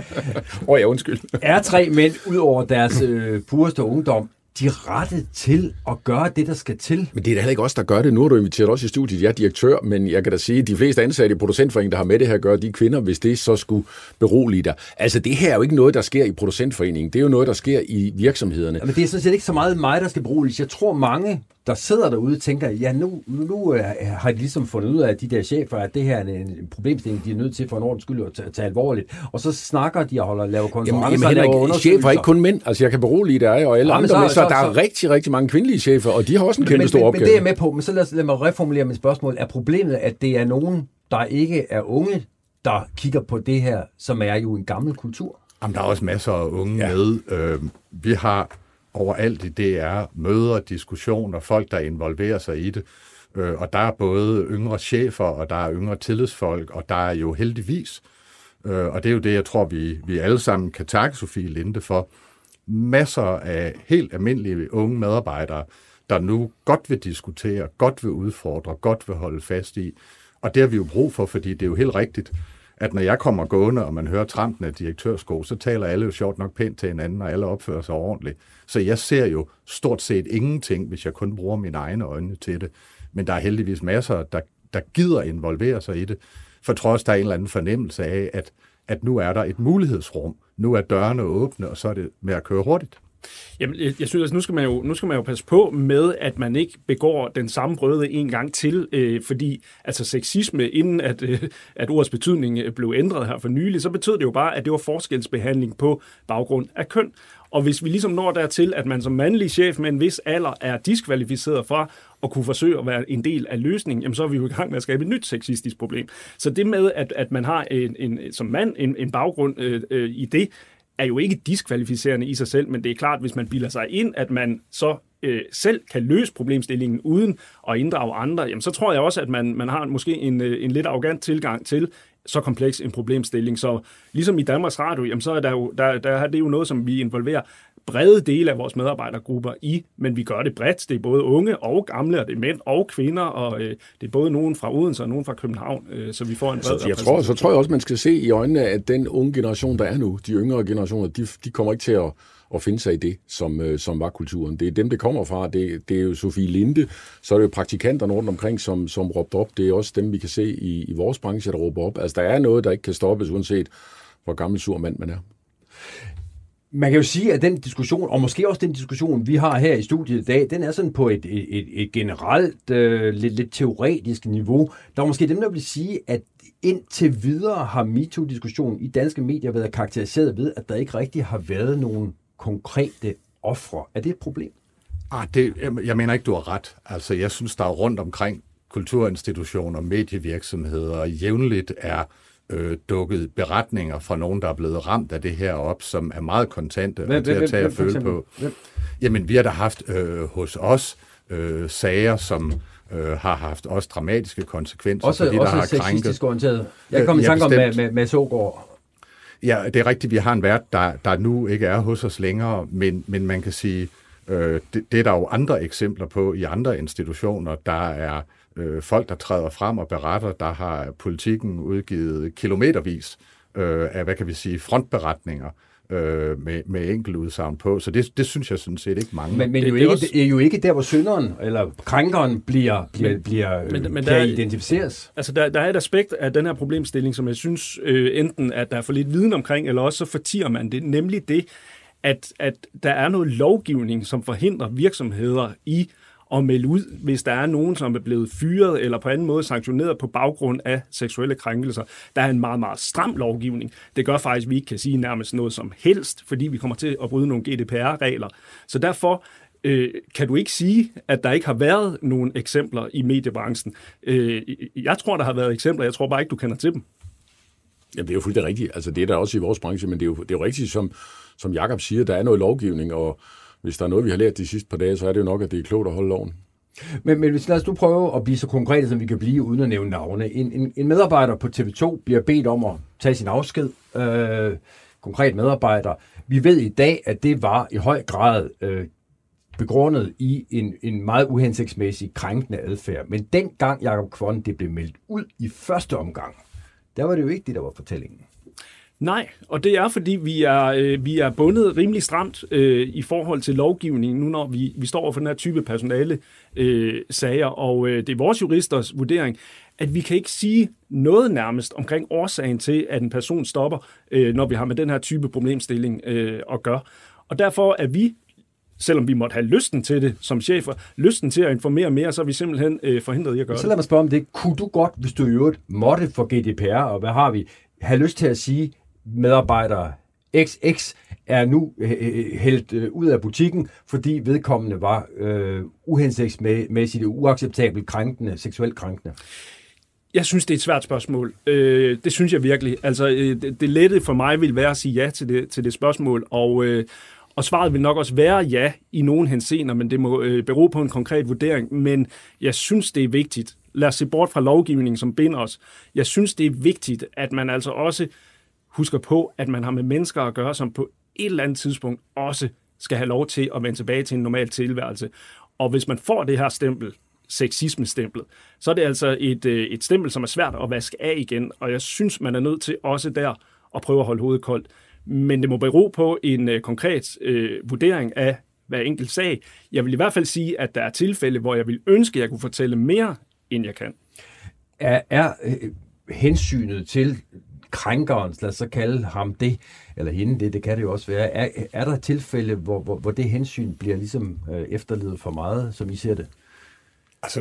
[SPEAKER 9] Åh, oh, ja, undskyld.
[SPEAKER 1] Er tre mænd ud over deres øh, pureste ungdom de rettet til at gøre det, der skal til?
[SPEAKER 9] Men det er da heller ikke os, der gør det. Nu har du inviteret os i studiet. Jeg er direktør, men jeg kan da sige, at de fleste ansatte i producentforeningen, der har med det her at gøre, de kvinder, hvis det så skulle berolige dig. Altså, det her er jo ikke noget, der sker i producentforeningen. Det er jo noget, der sker i virksomhederne.
[SPEAKER 1] Ja, men det er sådan set ikke så meget mig, der skal beroliges. Jeg tror, mange, der sidder derude, tænker, ja, nu, nu uh, har de ligesom fundet ud af, at de der chefer, at det her er en, en problemstilling, de er nødt til for en ordens skyld at tage, tage alvorligt. Og så snakker de og holder lave konferencer.
[SPEAKER 9] Jamen, jamen Henrik, chefer er ikke kun mænd. Altså, jeg kan berolige dig og alle ja, andre, så, men så, så, der er så, rigtig, rigtig mange kvindelige chefer, og de har også en kæmpe stor opgave.
[SPEAKER 1] Men det er jeg med på, men så lad, lad mig reformulere mit spørgsmål. Er problemet, at det er nogen, der ikke er unge, der kigger på det her, som er jo en gammel kultur?
[SPEAKER 7] Jamen, der er også masser af unge ja. med. Øh, vi har overalt i D R møder, diskussioner, folk, der involverer sig i det. Øh, og der er både yngre chefer, og der er yngre tillidsfolk, og der er jo heldigvis, øh, og det er jo det, jeg tror, vi, vi alle sammen kan takke Sofie Linde for, masser af helt almindelige unge medarbejdere, der nu godt vil diskutere, godt vil udfordre, godt vil holde fast i. Og det har vi jo brug for, fordi det er jo helt rigtigt, at når jeg kommer gående, og man hører trampen af direktørsko, så taler alle jo sjovt nok pænt til hinanden, og alle opfører sig ordentligt. Så jeg ser jo stort set ingenting, hvis jeg kun bruger mine egne øjne til det. Men der er heldigvis masser, der, der gider involvere sig i det, for trods der er en eller anden fornemmelse af, at, at nu er der et mulighedsrum. Nu er dørene åbne, og så er det med at køre hurtigt.
[SPEAKER 8] Jamen, jeg, jeg synes, altså, nu skal man jo nu skal man jo passe på med, at man ikke begår den samme brøde en gang til, øh, fordi altså sexisme, inden at, øh, at ordets betydning blev ændret her for nylig, så betød det jo bare, at det var forskelsbehandling på baggrund af køn. Og hvis vi ligesom når dertil, at man som mandlig chef med en vis alder er diskvalificeret fra at kunne forsøge at være en del af løsningen, jamen så er vi jo i gang med at skabe et nyt sexistisk problem. Så det med, at, at man har en, en, som mand en, en baggrund øh, øh, i det, er jo ikke diskvalificerende i sig selv, men det er klart, hvis man bilder sig ind, at man så øh, selv kan løse problemstillingen uden at inddrage andre, jamen så tror jeg også, at man, man har måske en, en lidt arrogant tilgang til så kompleks en problemstilling. Så ligesom i Danmarks Radio, jamen så er der jo, der, der er det jo noget, som vi involverer brede dele af vores medarbejdergrupper i, men vi gør det bredt. Det er både unge og gamle, og det er mænd og kvinder, og øh, det er både nogen fra Odense og nogen fra København, øh, så vi får en bred
[SPEAKER 9] så, jeg tror, så tror jeg også, man skal se i øjnene, at den unge generation, der er nu, de yngre generationer, de, de kommer ikke til at, at finde sig i det, som, øh, som var kulturen. Det er dem, det kommer fra. Det, det er jo Sofie Linde, så er det jo praktikanterne rundt omkring, som, som råbte op. Det er også dem, vi kan se i, i vores branche, der råber op. Altså, der er noget, der ikke kan stoppes, uanset hvor gammel sur mand man er.
[SPEAKER 1] Man kan jo sige, at den diskussion, og måske også den diskussion, vi har her i studiet i dag, den er sådan på et, et, et generelt, øh, lidt, lidt teoretisk niveau. Der er måske dem, der vil sige, at indtil videre har MeToo-diskussionen i danske medier været karakteriseret ved, at der ikke rigtig har været nogen konkrete ofre. Er det et problem?
[SPEAKER 7] Ah, det, jeg mener ikke, du har ret. Altså, jeg synes, der er rundt omkring kulturinstitutioner, medievirksomheder, jævnligt er øh, dukket beretninger fra nogen, der er blevet ramt af det her op, som er meget kontante hvem, og til hvem, at tage hvem, og føle på. Hvem? Jamen, vi har da haft øh, hos os øh, sager, som øh, har haft også dramatiske konsekvenser.
[SPEAKER 1] Også,
[SPEAKER 7] fordi,
[SPEAKER 1] også
[SPEAKER 7] der har
[SPEAKER 1] sexistisk orienteret. Jeg kom i tanke om med, med, med Søgaard.
[SPEAKER 7] Ja, det er rigtigt, vi har en vært, der, der nu ikke er hos os længere, men, men man kan sige, øh, det, det er der jo andre eksempler på i andre institutioner. Der er øh, folk, der træder frem og beretter, der har Politikken udgivet kilometervis øh, af, hvad kan vi sige, frontberetninger øh, med, med enkeltudsagn på. Så det, det synes jeg sådan set ikke mange.
[SPEAKER 1] Men, men det, jo, ikke, også... det er jo ikke der, hvor synderen eller krænkeren bliver, bliver, men, bliver men, men kan der, identificeres.
[SPEAKER 8] Altså, der, der er et aspekt af den her problemstilling, som jeg synes øh, enten, at der er for lidt viden omkring, eller også så fortier man det, nemlig det, at, at der er noget lovgivning, som forhindrer virksomheder i at melde ud, hvis der er nogen, som er blevet fyret eller på anden måde sanktioneret på baggrund af seksuelle krænkelser. Der er en meget, meget stram lovgivning. Det gør faktisk, at vi ikke kan sige nærmest noget som helst, fordi vi kommer til at bryde nogle G D P R-regler. Så derfor øh, kan du ikke sige, at der ikke har været nogen eksempler i mediebranchen. Øh, jeg tror, der har været eksempler. Jeg tror bare ikke, du kender til dem.
[SPEAKER 9] Jamen, det er jo fuldstændig rigtigt. Altså, det er der også i vores branche, men det er jo, det er jo rigtigt, som, som Jakob siger, der er noget lovgivning, og hvis der er noget, vi har lært de sidste par dage, så er det jo nok, at det er klogt at holde loven.
[SPEAKER 1] Men, men hvis lad os nu prøve at blive så konkrete, som vi kan blive, uden at nævne navne. En, en, en medarbejder på T V to bliver bedt om at tage sin afsked. Øh, konkret medarbejder. Vi ved i dag, at det var i høj grad øh, begrundet i en, en meget uhensigtsmæssig krænkende adfærd. Men dengang, Jakob Kwon, det blev meldt ud i første omgang, der var det jo ikke det, der var fortællingen.
[SPEAKER 8] Nej, og det er, fordi vi er, øh, vi er bundet rimelig stramt øh, i forhold til lovgivningen, nu når vi, vi står over for den her type personale øh, sager, og øh, det er vores juristers vurdering, at vi kan ikke sige noget nærmest omkring årsagen til, at en person stopper, øh, når vi har med den her type problemstilling øh, at gøre. Og derfor er vi, selvom vi måtte have lysten til det som chefer, lysten til at informere mere, så er vi simpelthen øh, forhindret i at gøre det.
[SPEAKER 1] Så lad mig spørge om det. Kunne du godt, hvis du i øvrigt måtte for G D P R, og hvad har vi, have lyst til at sige, medarbejdere X X er nu hældt ud af butikken, fordi vedkommende var øh, uhensigtsmæssigt uacceptabelt krænkende, seksuelt krænkende?
[SPEAKER 8] Jeg synes, det er et svært spørgsmål. Øh, det synes jeg virkelig. Altså, øh, det, det lette for mig vil være at sige ja til det, til det spørgsmål, og, øh, og svaret vil nok også være ja i nogle henseender, men det må øh, bero på en konkret vurdering. Men jeg synes, det er vigtigt. Lad os se bort fra lovgivningen, som binder os. Jeg synes, det er vigtigt, at man altså også husker på, at man har med mennesker at gøre, som på et eller andet tidspunkt også skal have lov til at vende tilbage til en normal tilværelse. Og hvis man får det her stempel, sexisme-stemplet, så er det altså et, et stempel, som er svært at vaske af igen. Og jeg synes, man er nødt til også der at prøve at holde hovedet koldt. Men det må bero på en uh, konkret uh, vurdering af hver enkelt sag. Jeg vil i hvert fald sige, at der er tilfælde, hvor jeg vil ønske, at jeg kunne fortælle mere, end jeg kan.
[SPEAKER 1] Er, er øh, hensynet til krænkeren, lad os så kalde ham det, eller hende det, det kan det jo også være. Er, er der tilfælde, hvor, hvor, hvor det hensyn bliver ligesom øh, efterlevet for meget, som I ser det?
[SPEAKER 7] Altså,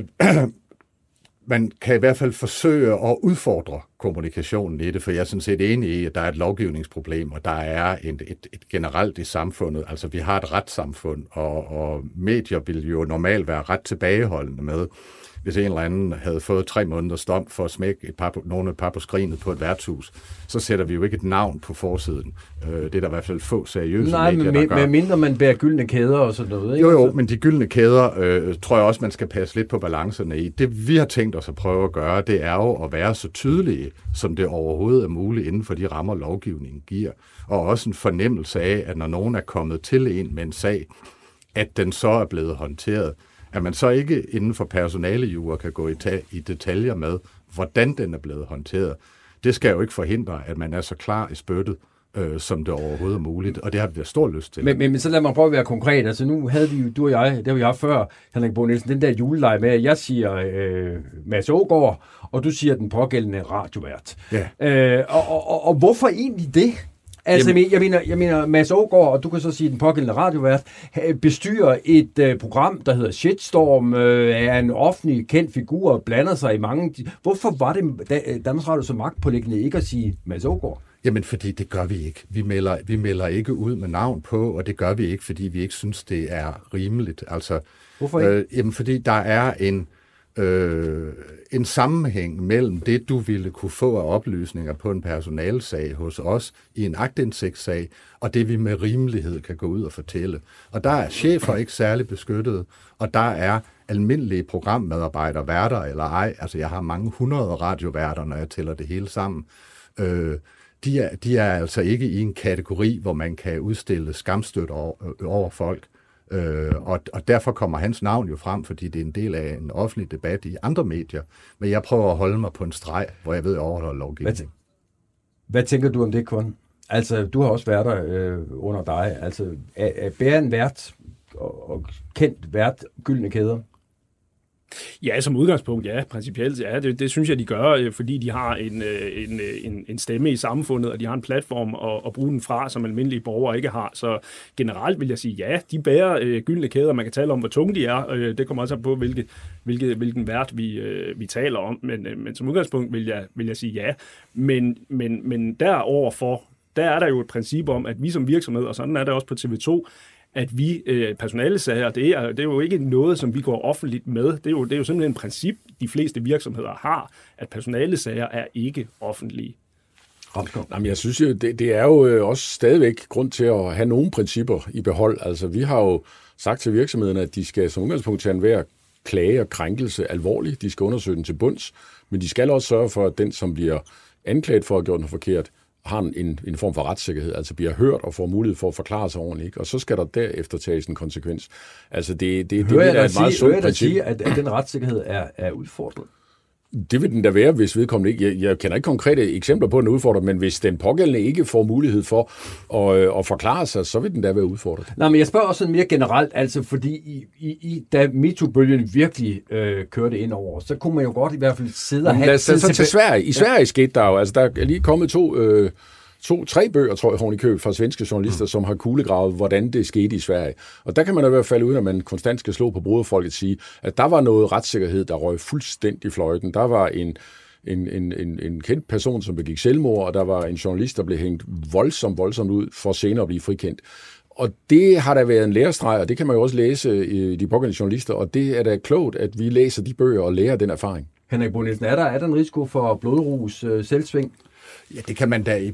[SPEAKER 7] man kan i hvert fald forsøge at udfordre kommunikationen i det, for jeg er sådan set enig i, at der er et lovgivningsproblem, og der er et, et, et generelt i samfundet. Altså, vi har et retssamfund, og, og medier vil jo normalt være ret tilbageholdende med, hvis en eller anden havde fået tre måneders dom for at smække et par på, nogle et par på skrinet på et værtshus, så sætter vi jo ikke et navn på forsiden. Det er der i hvert fald få seriøse
[SPEAKER 1] Nej,
[SPEAKER 7] medier,
[SPEAKER 1] med,
[SPEAKER 7] der gør.
[SPEAKER 1] med mindre man bærer gyldne kæder og sådan noget. Ikke?
[SPEAKER 7] Jo, jo, men de gyldne kæder øh, tror jeg også, man skal passe lidt på balancerne i. Det vi har tænkt os at prøve at gøre, det er jo at være så tydelige, som det overhovedet er muligt inden for de rammer, lovgivningen giver. Og også en fornemmelse af, at når nogen er kommet til en med en sag, at den så er blevet håndteret, at man så ikke inden for personalejura kan gå i, ta- i detaljer med, hvordan den er blevet håndteret. Det skal jo ikke forhindre, at man er så klar i spyttet øh, som det overhovedet er muligt, og det har vi stor lyst til.
[SPEAKER 1] Men, men, men så lad mig prøve at være konkret. Altså nu havde vi jo, du og jeg, det har vi haft før, Henrik Bo Nielsen, den der juleleje med, at jeg siger øh, Mads Aagaard, og du siger den pågældende radiovært.
[SPEAKER 7] Ja.
[SPEAKER 1] Øh, og, og, og, og hvorfor egentlig det? Altså, Jamen. jeg mener, jeg mener Mads Aagaard, og du kan så sige, den pågældende radiovært, bestyrer et øh, program, der hedder Shitstorm, øh, er en offentlig kendt figur og blander sig i mange... Hvorfor var det Danmarks Radio så magtpåliggende ikke at sige Mads Aagaard?
[SPEAKER 7] Jamen, fordi det gør vi ikke. Vi melder, vi melder ikke ud med navn på, og det gør vi ikke, fordi vi ikke synes, det er rimeligt. Altså,
[SPEAKER 1] Hvorfor ikke?
[SPEAKER 7] Øh, jamen, fordi der er en... Øh, en sammenhæng mellem det, du ville kunne få af oplysninger på en personalsag hos os i en aktindsigtssag, og det vi med rimelighed kan gå ud og fortælle. Og der er chefer ikke særlig beskyttet, og der er almindelige programmedarbejdere, værter eller ej, altså jeg har mange hundrede radioværter, når jeg tæller det hele sammen, øh, de, er, de er altså ikke i en kategori, hvor man kan udstille skamstøt over, over folk. Øh, og, og derfor kommer hans navn jo frem, fordi det er en del af en offentlig debat i andre medier. Men jeg prøver at holde mig på en streg, hvor jeg ved, at jeg overholder lovgivningen.
[SPEAKER 1] Hvad, Hvad tænker du om det, Kun? Altså, du har også været der øh, under dig. Altså, er, er bærer en vært og, og kendt vært gyldne kæder?
[SPEAKER 8] Ja, som udgangspunkt, ja, principielt, ja, det, det synes jeg, de gør, fordi de har en, en, en, en stemme i samfundet, og de har en platform at, at bruge den fra, som almindelige borgere ikke har. Så generelt vil jeg sige, ja, de bærer øh, gyldne kæder, man kan tale om, hvor tunge de er, øh, det kommer også på, hvilke, hvilke, hvilken vært vi, øh, vi taler om, men, øh, men som udgangspunkt vil jeg, vil jeg sige ja. Men, men, men deroverfor, der er der jo et princip om, at vi som virksomhed, og sådan er det også på T V to, at vi øh, personalesager, det er, det er jo ikke noget, som vi går offentligt med. Det er jo, det er jo simpelthen et princip, de fleste virksomheder har, at personalesager er ikke offentlige.
[SPEAKER 9] Jamen, jeg synes jo, det, det er jo også stadigvæk grund til at have nogle principper i behold. Altså, vi har jo sagt til virksomhederne, at de skal som udgangspunkt tage enhver klage og krænkelse alvorligt. De skal undersøge den til bunds, men de skal også sørge for, at den, som bliver anklaget for at have gjort noget forkert, har en, en form for retssikkerhed, altså bliver hørt og får mulighed for at forklare sig ordentligt, ikke? Og så skal der derefter tages en konsekvens. Altså det, det, det,
[SPEAKER 1] hører
[SPEAKER 9] det er et meget sundt
[SPEAKER 1] princip.
[SPEAKER 9] princip.
[SPEAKER 1] Sige, at, at den retssikkerhed er, er udfordret?
[SPEAKER 9] Det vil den da være, hvis vedkommende ikke... Jeg, jeg kender ikke konkrete eksempler på, at den er udfordret, men hvis den pågældende ikke får mulighed for at, at forklare sig, så vil den da være udfordret.
[SPEAKER 1] Nej, men jeg spørger også sådan mere generelt, altså fordi i, i, i, da MeToo-bølgen virkelig øh, kørte ind over, så kunne man jo godt i hvert fald sidde og have...
[SPEAKER 9] Lad os så til Sverige. I Sverige ja. skete der jo, altså der er lige kommet to... Øh, To, tre bøger, tror jeg, hun i køb fra svenske journalister, mm. som har kuglegravet, hvordan det skete i Sverige. Og der kan man i hvert fald, uden at man konstant skal slå på broderfolket, sige, at der var noget retssikkerhed, der røg fuldstændig fløjten. Der var en, en, en, en, en kendt person, som begik selvmord, og der var en journalist, der blev hængt voldsomt, voldsomt ud for senere at blive frikendt. Og det har der været en lærestreg, og det kan man jo også læse i de pågældende journalister, og det er da klogt, at vi læser de bøger og lærer den erfaring.
[SPEAKER 1] Henrik Bo Nielsen, er der, er der en risiko for blodrus, øh, selvsving?
[SPEAKER 7] Ja, det kan man da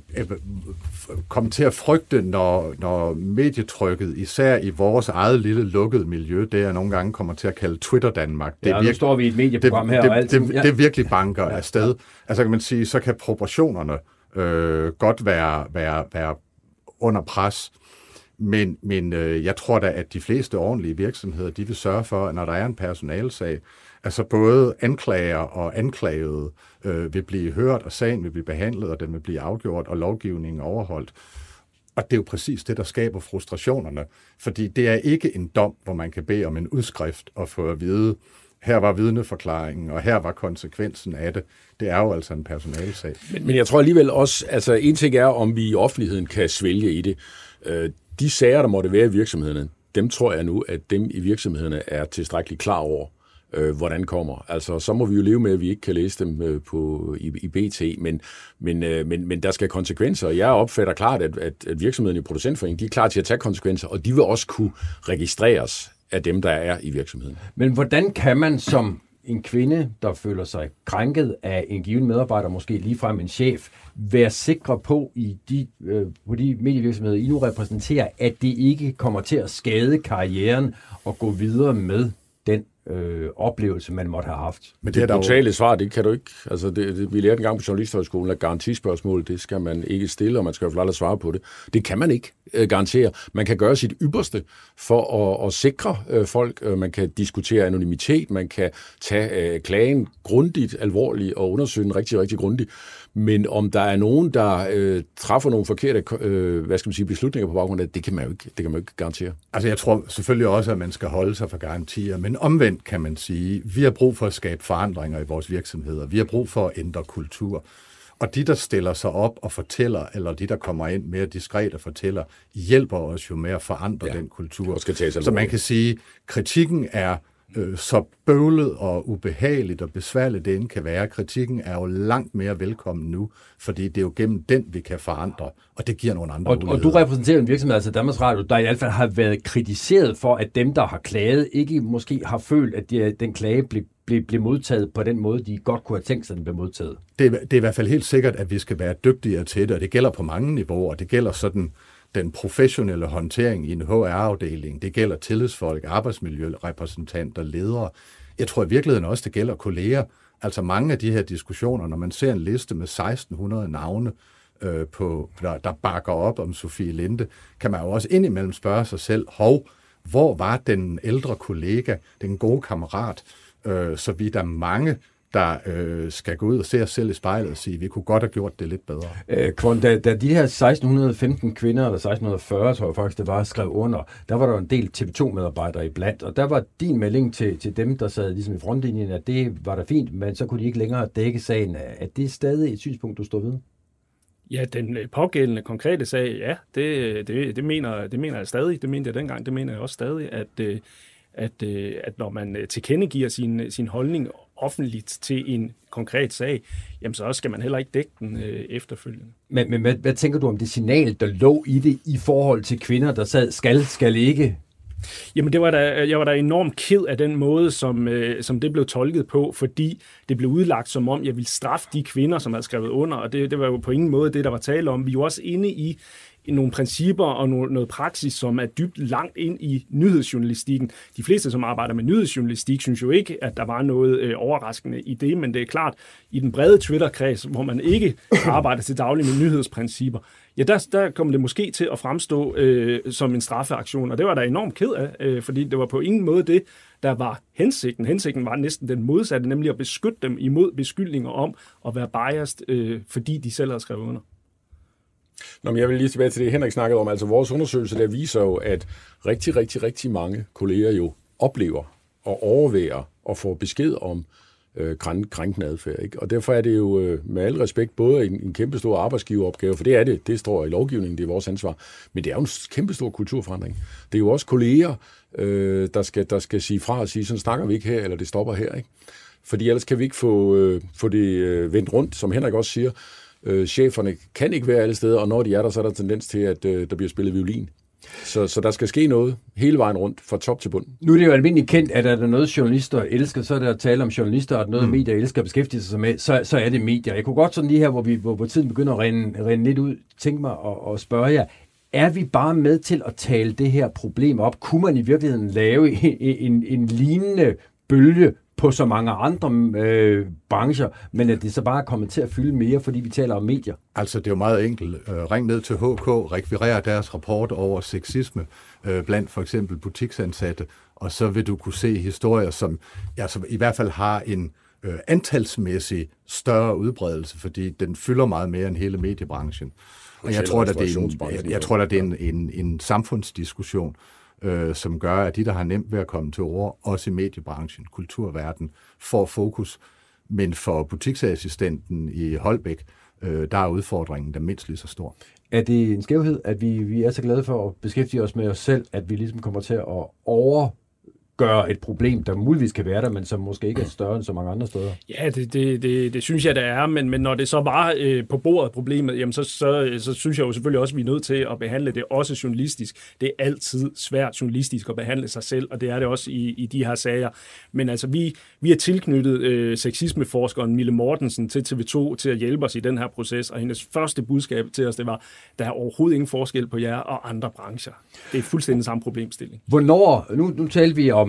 [SPEAKER 7] komme til at frygte, når, når medietrykket, især i vores eget lille lukkede miljø, det jeg nogle gange kommer til at kalde Twitter Danmark. Det
[SPEAKER 1] ja,
[SPEAKER 7] virke,
[SPEAKER 1] nu står vi i et medieprogram
[SPEAKER 7] det,
[SPEAKER 1] her.
[SPEAKER 7] Det,
[SPEAKER 1] og alt.
[SPEAKER 7] det, det,
[SPEAKER 1] ja.
[SPEAKER 7] det virkelig banker ja. afsted. Altså kan man sige, så kan proportionerne øh, godt være, være, være under pres. Men, men øh, jeg tror da, at de fleste ordentlige virksomheder, de vil sørge for, at når der er en personalsag, altså både anklager og anklagede øh, vil blive hørt, og sagen vil blive behandlet, og den vil blive afgjort, og lovgivningen overholdt. Og det er jo præcis det, der skaber frustrationerne. Fordi det er ikke en dom, hvor man kan bede om en udskrift og få at vide, her var vidneforklaringen, og her var konsekvensen af det. Det er jo altså en personalsag.
[SPEAKER 9] Men, men jeg tror alligevel også, altså en ting er, om vi i offentligheden kan svælge i det. Øh, de sager, der måtte være i virksomhederne, dem tror jeg nu, at dem i virksomhederne er tilstrækkeligt klar over, øh, hvordan kommer. Altså, så må vi jo leve med, at vi ikke kan læse dem øh, på, i, i B T, men, men, øh, men, men der skal konsekvenser. Jeg opfatter klart, at, at, at virksomheden i Producentforeningen, de er klar til at tage konsekvenser, og de vil også kunne registreres af dem, der er i virksomheden.
[SPEAKER 1] Men hvordan kan man som en kvinde, der føler sig krænket af en given medarbejder, måske ligefrem en chef, være sikre på i de, øh, på de medievirksomheder, I nu repræsenterer, at det ikke kommer til at skade karrieren og gå videre med den øh, oplevelse, man måtte have haft.
[SPEAKER 9] Men det, det brutale svar, det kan du ikke. Altså, det, det, vi lærte en gang på Journalisthøjskolen, at garantispørgsmål, det skal man ikke stille, og man skal jo få lov at svare på det. Det kan man ikke øh, garantere. Man kan gøre sit ypperste for at, at sikre øh, folk. Øh, man kan diskutere anonymitet, man kan tage øh, klagen grundigt, alvorligt og undersøge den rigtig, rigtig grundigt. Men om der er nogen, der øh, træffer nogle forkerte øh, hvad skal man sige, beslutninger på baggrund af det, det kan man jo ikke, det kan man jo ikke garantere.
[SPEAKER 7] Altså jeg tror selvfølgelig også, at man skal holde sig for garantier, men omvendt kan man sige, vi har brug for at skabe forandringer i vores virksomheder. Vi har brug for at ændre kultur. Og de, der stiller sig op og fortæller, eller de, der kommer ind mere diskret og fortæller, hjælper os jo med at forandre ja, den kultur. Så man kan sige, kritikken er øh, så bøvlet og ubehageligt og besværligt det end kan være. Kritikken er jo langt mere velkommen nu, fordi det er jo gennem den, vi kan forandre, og det giver nogle andre
[SPEAKER 1] og,
[SPEAKER 7] muligheder.
[SPEAKER 1] Og du repræsenterer en virksomhed, altså Danmarks Radio, der i hvert fald har været kritiseret for, at dem, der har klaget, ikke måske har følt, at de, den klage blev Blive, blive modtaget på den måde, de godt kunne have tænkt sig, den blev modtaget.
[SPEAKER 7] Det er, det er i hvert fald helt sikkert, at vi skal være dygtigere til det, og det gælder på mange niveauer. Det gælder sådan den professionelle håndtering i en H R-afdeling. Det gælder tillidsfolk, arbejdsmiljørepræsentanter, ledere. Jeg tror i virkeligheden også, det gælder kolleger. Altså mange af de her diskussioner, når man ser en liste med seksten hundrede navne, øh, på, der, der bakker op om Sofie Linde, kan man jo også indimellem spørge sig selv, hov, hvor var den ældre kollega, den gode kammerat, Øh, så vi er der mange, der øh, skal gå ud og se os selv i spejlet og sige, at vi kunne godt have gjort det lidt bedre.
[SPEAKER 1] Øh, Kvon, da, da de her seksten femten kvinder, eller seksten fyrre, tror jeg faktisk, det var, skrev under, der var der en del T V to-medarbejdere iblandt, og der var din melding til, til dem, der sad ligesom i frontlinjen, at det var da fint, men så kunne de ikke længere dække sagen. Er det stadig et synspunkt, du står ved?
[SPEAKER 8] Ja, den pågældende konkrete sag, ja, det, det, det, mener, det mener jeg stadig. Det mente jeg dengang, det mener jeg også stadig, at At, at når man tilkendegiver sin, sin holdning offentligt til en konkret sag, jamen så skal man heller ikke dække den øh, efterfølgende.
[SPEAKER 1] Men, men hvad, hvad tænker du om det signal, der lå i det i forhold til kvinder, der sad skal, skal ikke?
[SPEAKER 8] Jamen det var da, jeg var da enormt ked af den måde, som, øh, som det blev tolket på, fordi det blev udlagt som om, jeg ville straffe de kvinder, som havde skrevet under, og det, det var jo på ingen måde det, der var tale om. Vi er jo også inde i nogle principper og noget praksis, som er dybt langt ind i nyhedsjournalistikken. De fleste, som arbejder med nyhedsjournalistik, synes jo ikke, at der var noget øh, overraskende i det, men det er klart, i den brede Twitter-kreds, hvor man ikke arbejder til daglig med nyhedsprincipper, ja, der, der kom det måske til at fremstå øh, som en straffeaktion, og det var der enormt ked af, øh, fordi det var på ingen måde det, der var hensigten. Hensigten var næsten den modsatte, nemlig at beskytte dem imod beskyldninger om at være biased, øh, fordi de selv havde skrevet under.
[SPEAKER 9] Nå, men jeg vil lige tilbage til det, Henrik snakkede om. Altså vores undersøgelse, der viser jo, at rigtig, rigtig, rigtig mange kolleger jo oplever og overværer og får besked om øh, krænkende adfærd. Ikke? Og derfor er det jo øh, med al respekt både en, en kæmpe stor arbejdsgiveropgave, for det er det, det står i lovgivningen, det er vores ansvar, men det er jo en kæmpe stor kulturforandring. Det er jo også kolleger, øh, der, skal, der skal sige fra og sige, sådan snakker vi ikke her, eller det stopper her. Ikke? Fordi ellers kan vi ikke få, øh, få det øh, vendt rundt, som Henrik også siger. Øh, cheferne kan ikke være alle steder, og når de er der, så er der tendens til, at øh, der bliver spillet violin. Så, så der skal ske noget hele vejen rundt, fra top til bund.
[SPEAKER 1] Nu er det jo almindeligt kendt, at er der noget, journalister elsker, så er der at tale om journalister, og noget, mm. medier elsker at beskæftige sig med, så, så er det medier. Jeg kunne godt sådan lige her, hvor, vi, hvor, hvor tiden begynder at rende, rende lidt ud, tænke mig og, og spørge jer, er vi bare med til at tale det her problem op? Kunne man i virkeligheden lave en, en, en lignende bølge på så mange andre øh, brancher, men at det så bare er kommet til at fylde mere, fordi vi taler om medier?
[SPEAKER 7] Altså, det er jo meget enkelt. Ring ned til H K, rekvirer deres rapport over sexisme øh, blandt for eksempel butiksansatte, og så vil du kunne se historier, som ja, som i hvert fald har en øh, antalsmæssig større udbredelse, fordi den fylder meget mere end hele mediebranchen. Og jeg tror, at det er en, jeg, jeg tror, at det er en, en, en samfundsdiskussion, Øh, som gør, at de, der har nemt ved at komme til ord, også i mediebranchen, kulturverden, får fokus. Men for butiksassistenten i Holbæk, øh, der er udfordringen der mindst lige så stor.
[SPEAKER 1] Er det en skævhed, at vi, vi er så glade for at beskæftige os med os selv, at vi ligesom kommer til at overgøre et problem, der muligvis kan være der, men som måske ikke er større end så mange andre steder?
[SPEAKER 8] Ja, det, det, det, det synes jeg, det er, men, men når det så var øh, på bordet problemet, jamen så, så, så synes jeg jo selvfølgelig også, at vi er nødt til at behandle det også journalistisk. Det er altid svært journalistisk at behandle sig selv, og det er det også i, i de her sager. Men altså, vi, vi er tilknyttet øh, sexismeforskeren Mille Mortensen til T V to til at hjælpe os i den her proces, og hendes første budskab til os, det var, der er overhovedet ingen forskel på jer og andre brancher. Det er fuldstændig samme problemstilling.
[SPEAKER 1] Hvornår, nu, nu taler vi om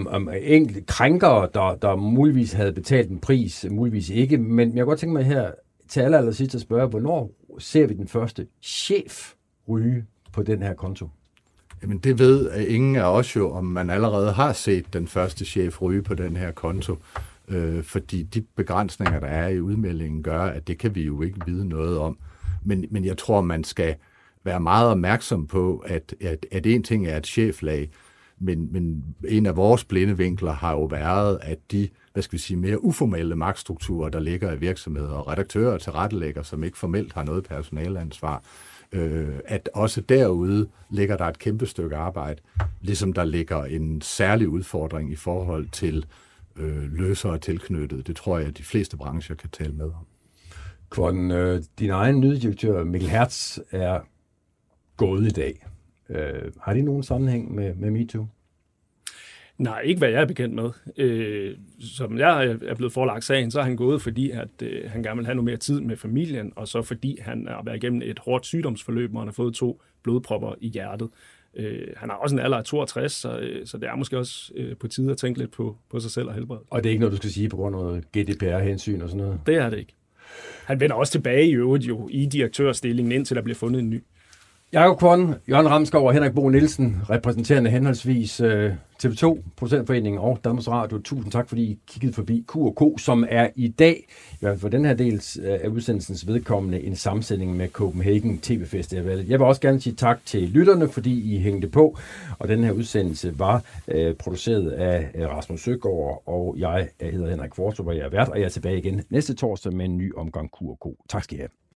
[SPEAKER 1] om, om enkelte krænkere, der, der muligvis havde betalt en pris, muligvis ikke. Men jeg kan godt tænke mig her til aller, aller sidst at spørge, hvornår ser vi den første chef ryge på den her konto?
[SPEAKER 7] Jamen det ved ingen af os jo, om man allerede har set den første chef ryge på den her konto. Øh, fordi de begrænsninger, der er i udmeldingen, gør, at det kan vi jo ikke vide noget om. Men, men jeg tror, man skal være meget opmærksom på, at, at, at en ting er et cheflag, men, men en af vores blinde vinkler har jo været, at de, hvad skal vi sige, mere uformelle magtstrukturer, der ligger i virksomheder, og redaktører og tilrettelægger, som ikke formelt har noget personaleansvar, øh, at også derude ligger der et kæmpe stykke arbejde, ligesom der ligger en særlig udfordring i forhold til øh, løsere tilknyttet. Det tror jeg, at de fleste brancher kan tale med om.
[SPEAKER 1] Kvorten, øh, din egen nyhedsdirektør Mikkel Hertz er gået i dag. Øh, har det nogen sammenhæng med, med MeToo?
[SPEAKER 8] Nej, ikke hvad jeg er bekendt med. Øh, som jeg er blevet forelagt sagen, så er han gået, fordi at, øh, han gerne vil have noget mere tid med familien, og så fordi han har været igennem et hårdt sygdomsforløb, hvor han har fået to blodpropper i hjertet. Øh, han har også en alder af toogtres, så, øh, så det er måske også øh, på tide at tænke lidt på, på sig selv og helbred.
[SPEAKER 1] Og det er ikke noget, du skal sige på grund af noget G D P R-hensyn og sådan noget?
[SPEAKER 8] Det er det ikke. Han vender også tilbage i øvrigt jo i direktørstillingen, indtil der bliver fundet en ny.
[SPEAKER 1] Jakob Kvorten, Jørgen Ramskov og Henrik Bo Nielsen, repræsenterende henholdsvis T V to, Producentforeningen og Danmarks Radio. Tusind tak, fordi I kiggede forbi Q og K, som er i dag, i hvert fald for den her del af udsendelsens vedkommende, en sammensætning med Copenhagen T V Festival. Jeg vil også gerne sige tak til lytterne, fordi I hængte på, og den her udsendelse var øh, produceret af Rasmus Søgaard, og jeg hedder Henrik Kvartrup, og jeg er vært, og jeg er tilbage igen næste torsdag med en ny omgang Q og K. Tak skal I have.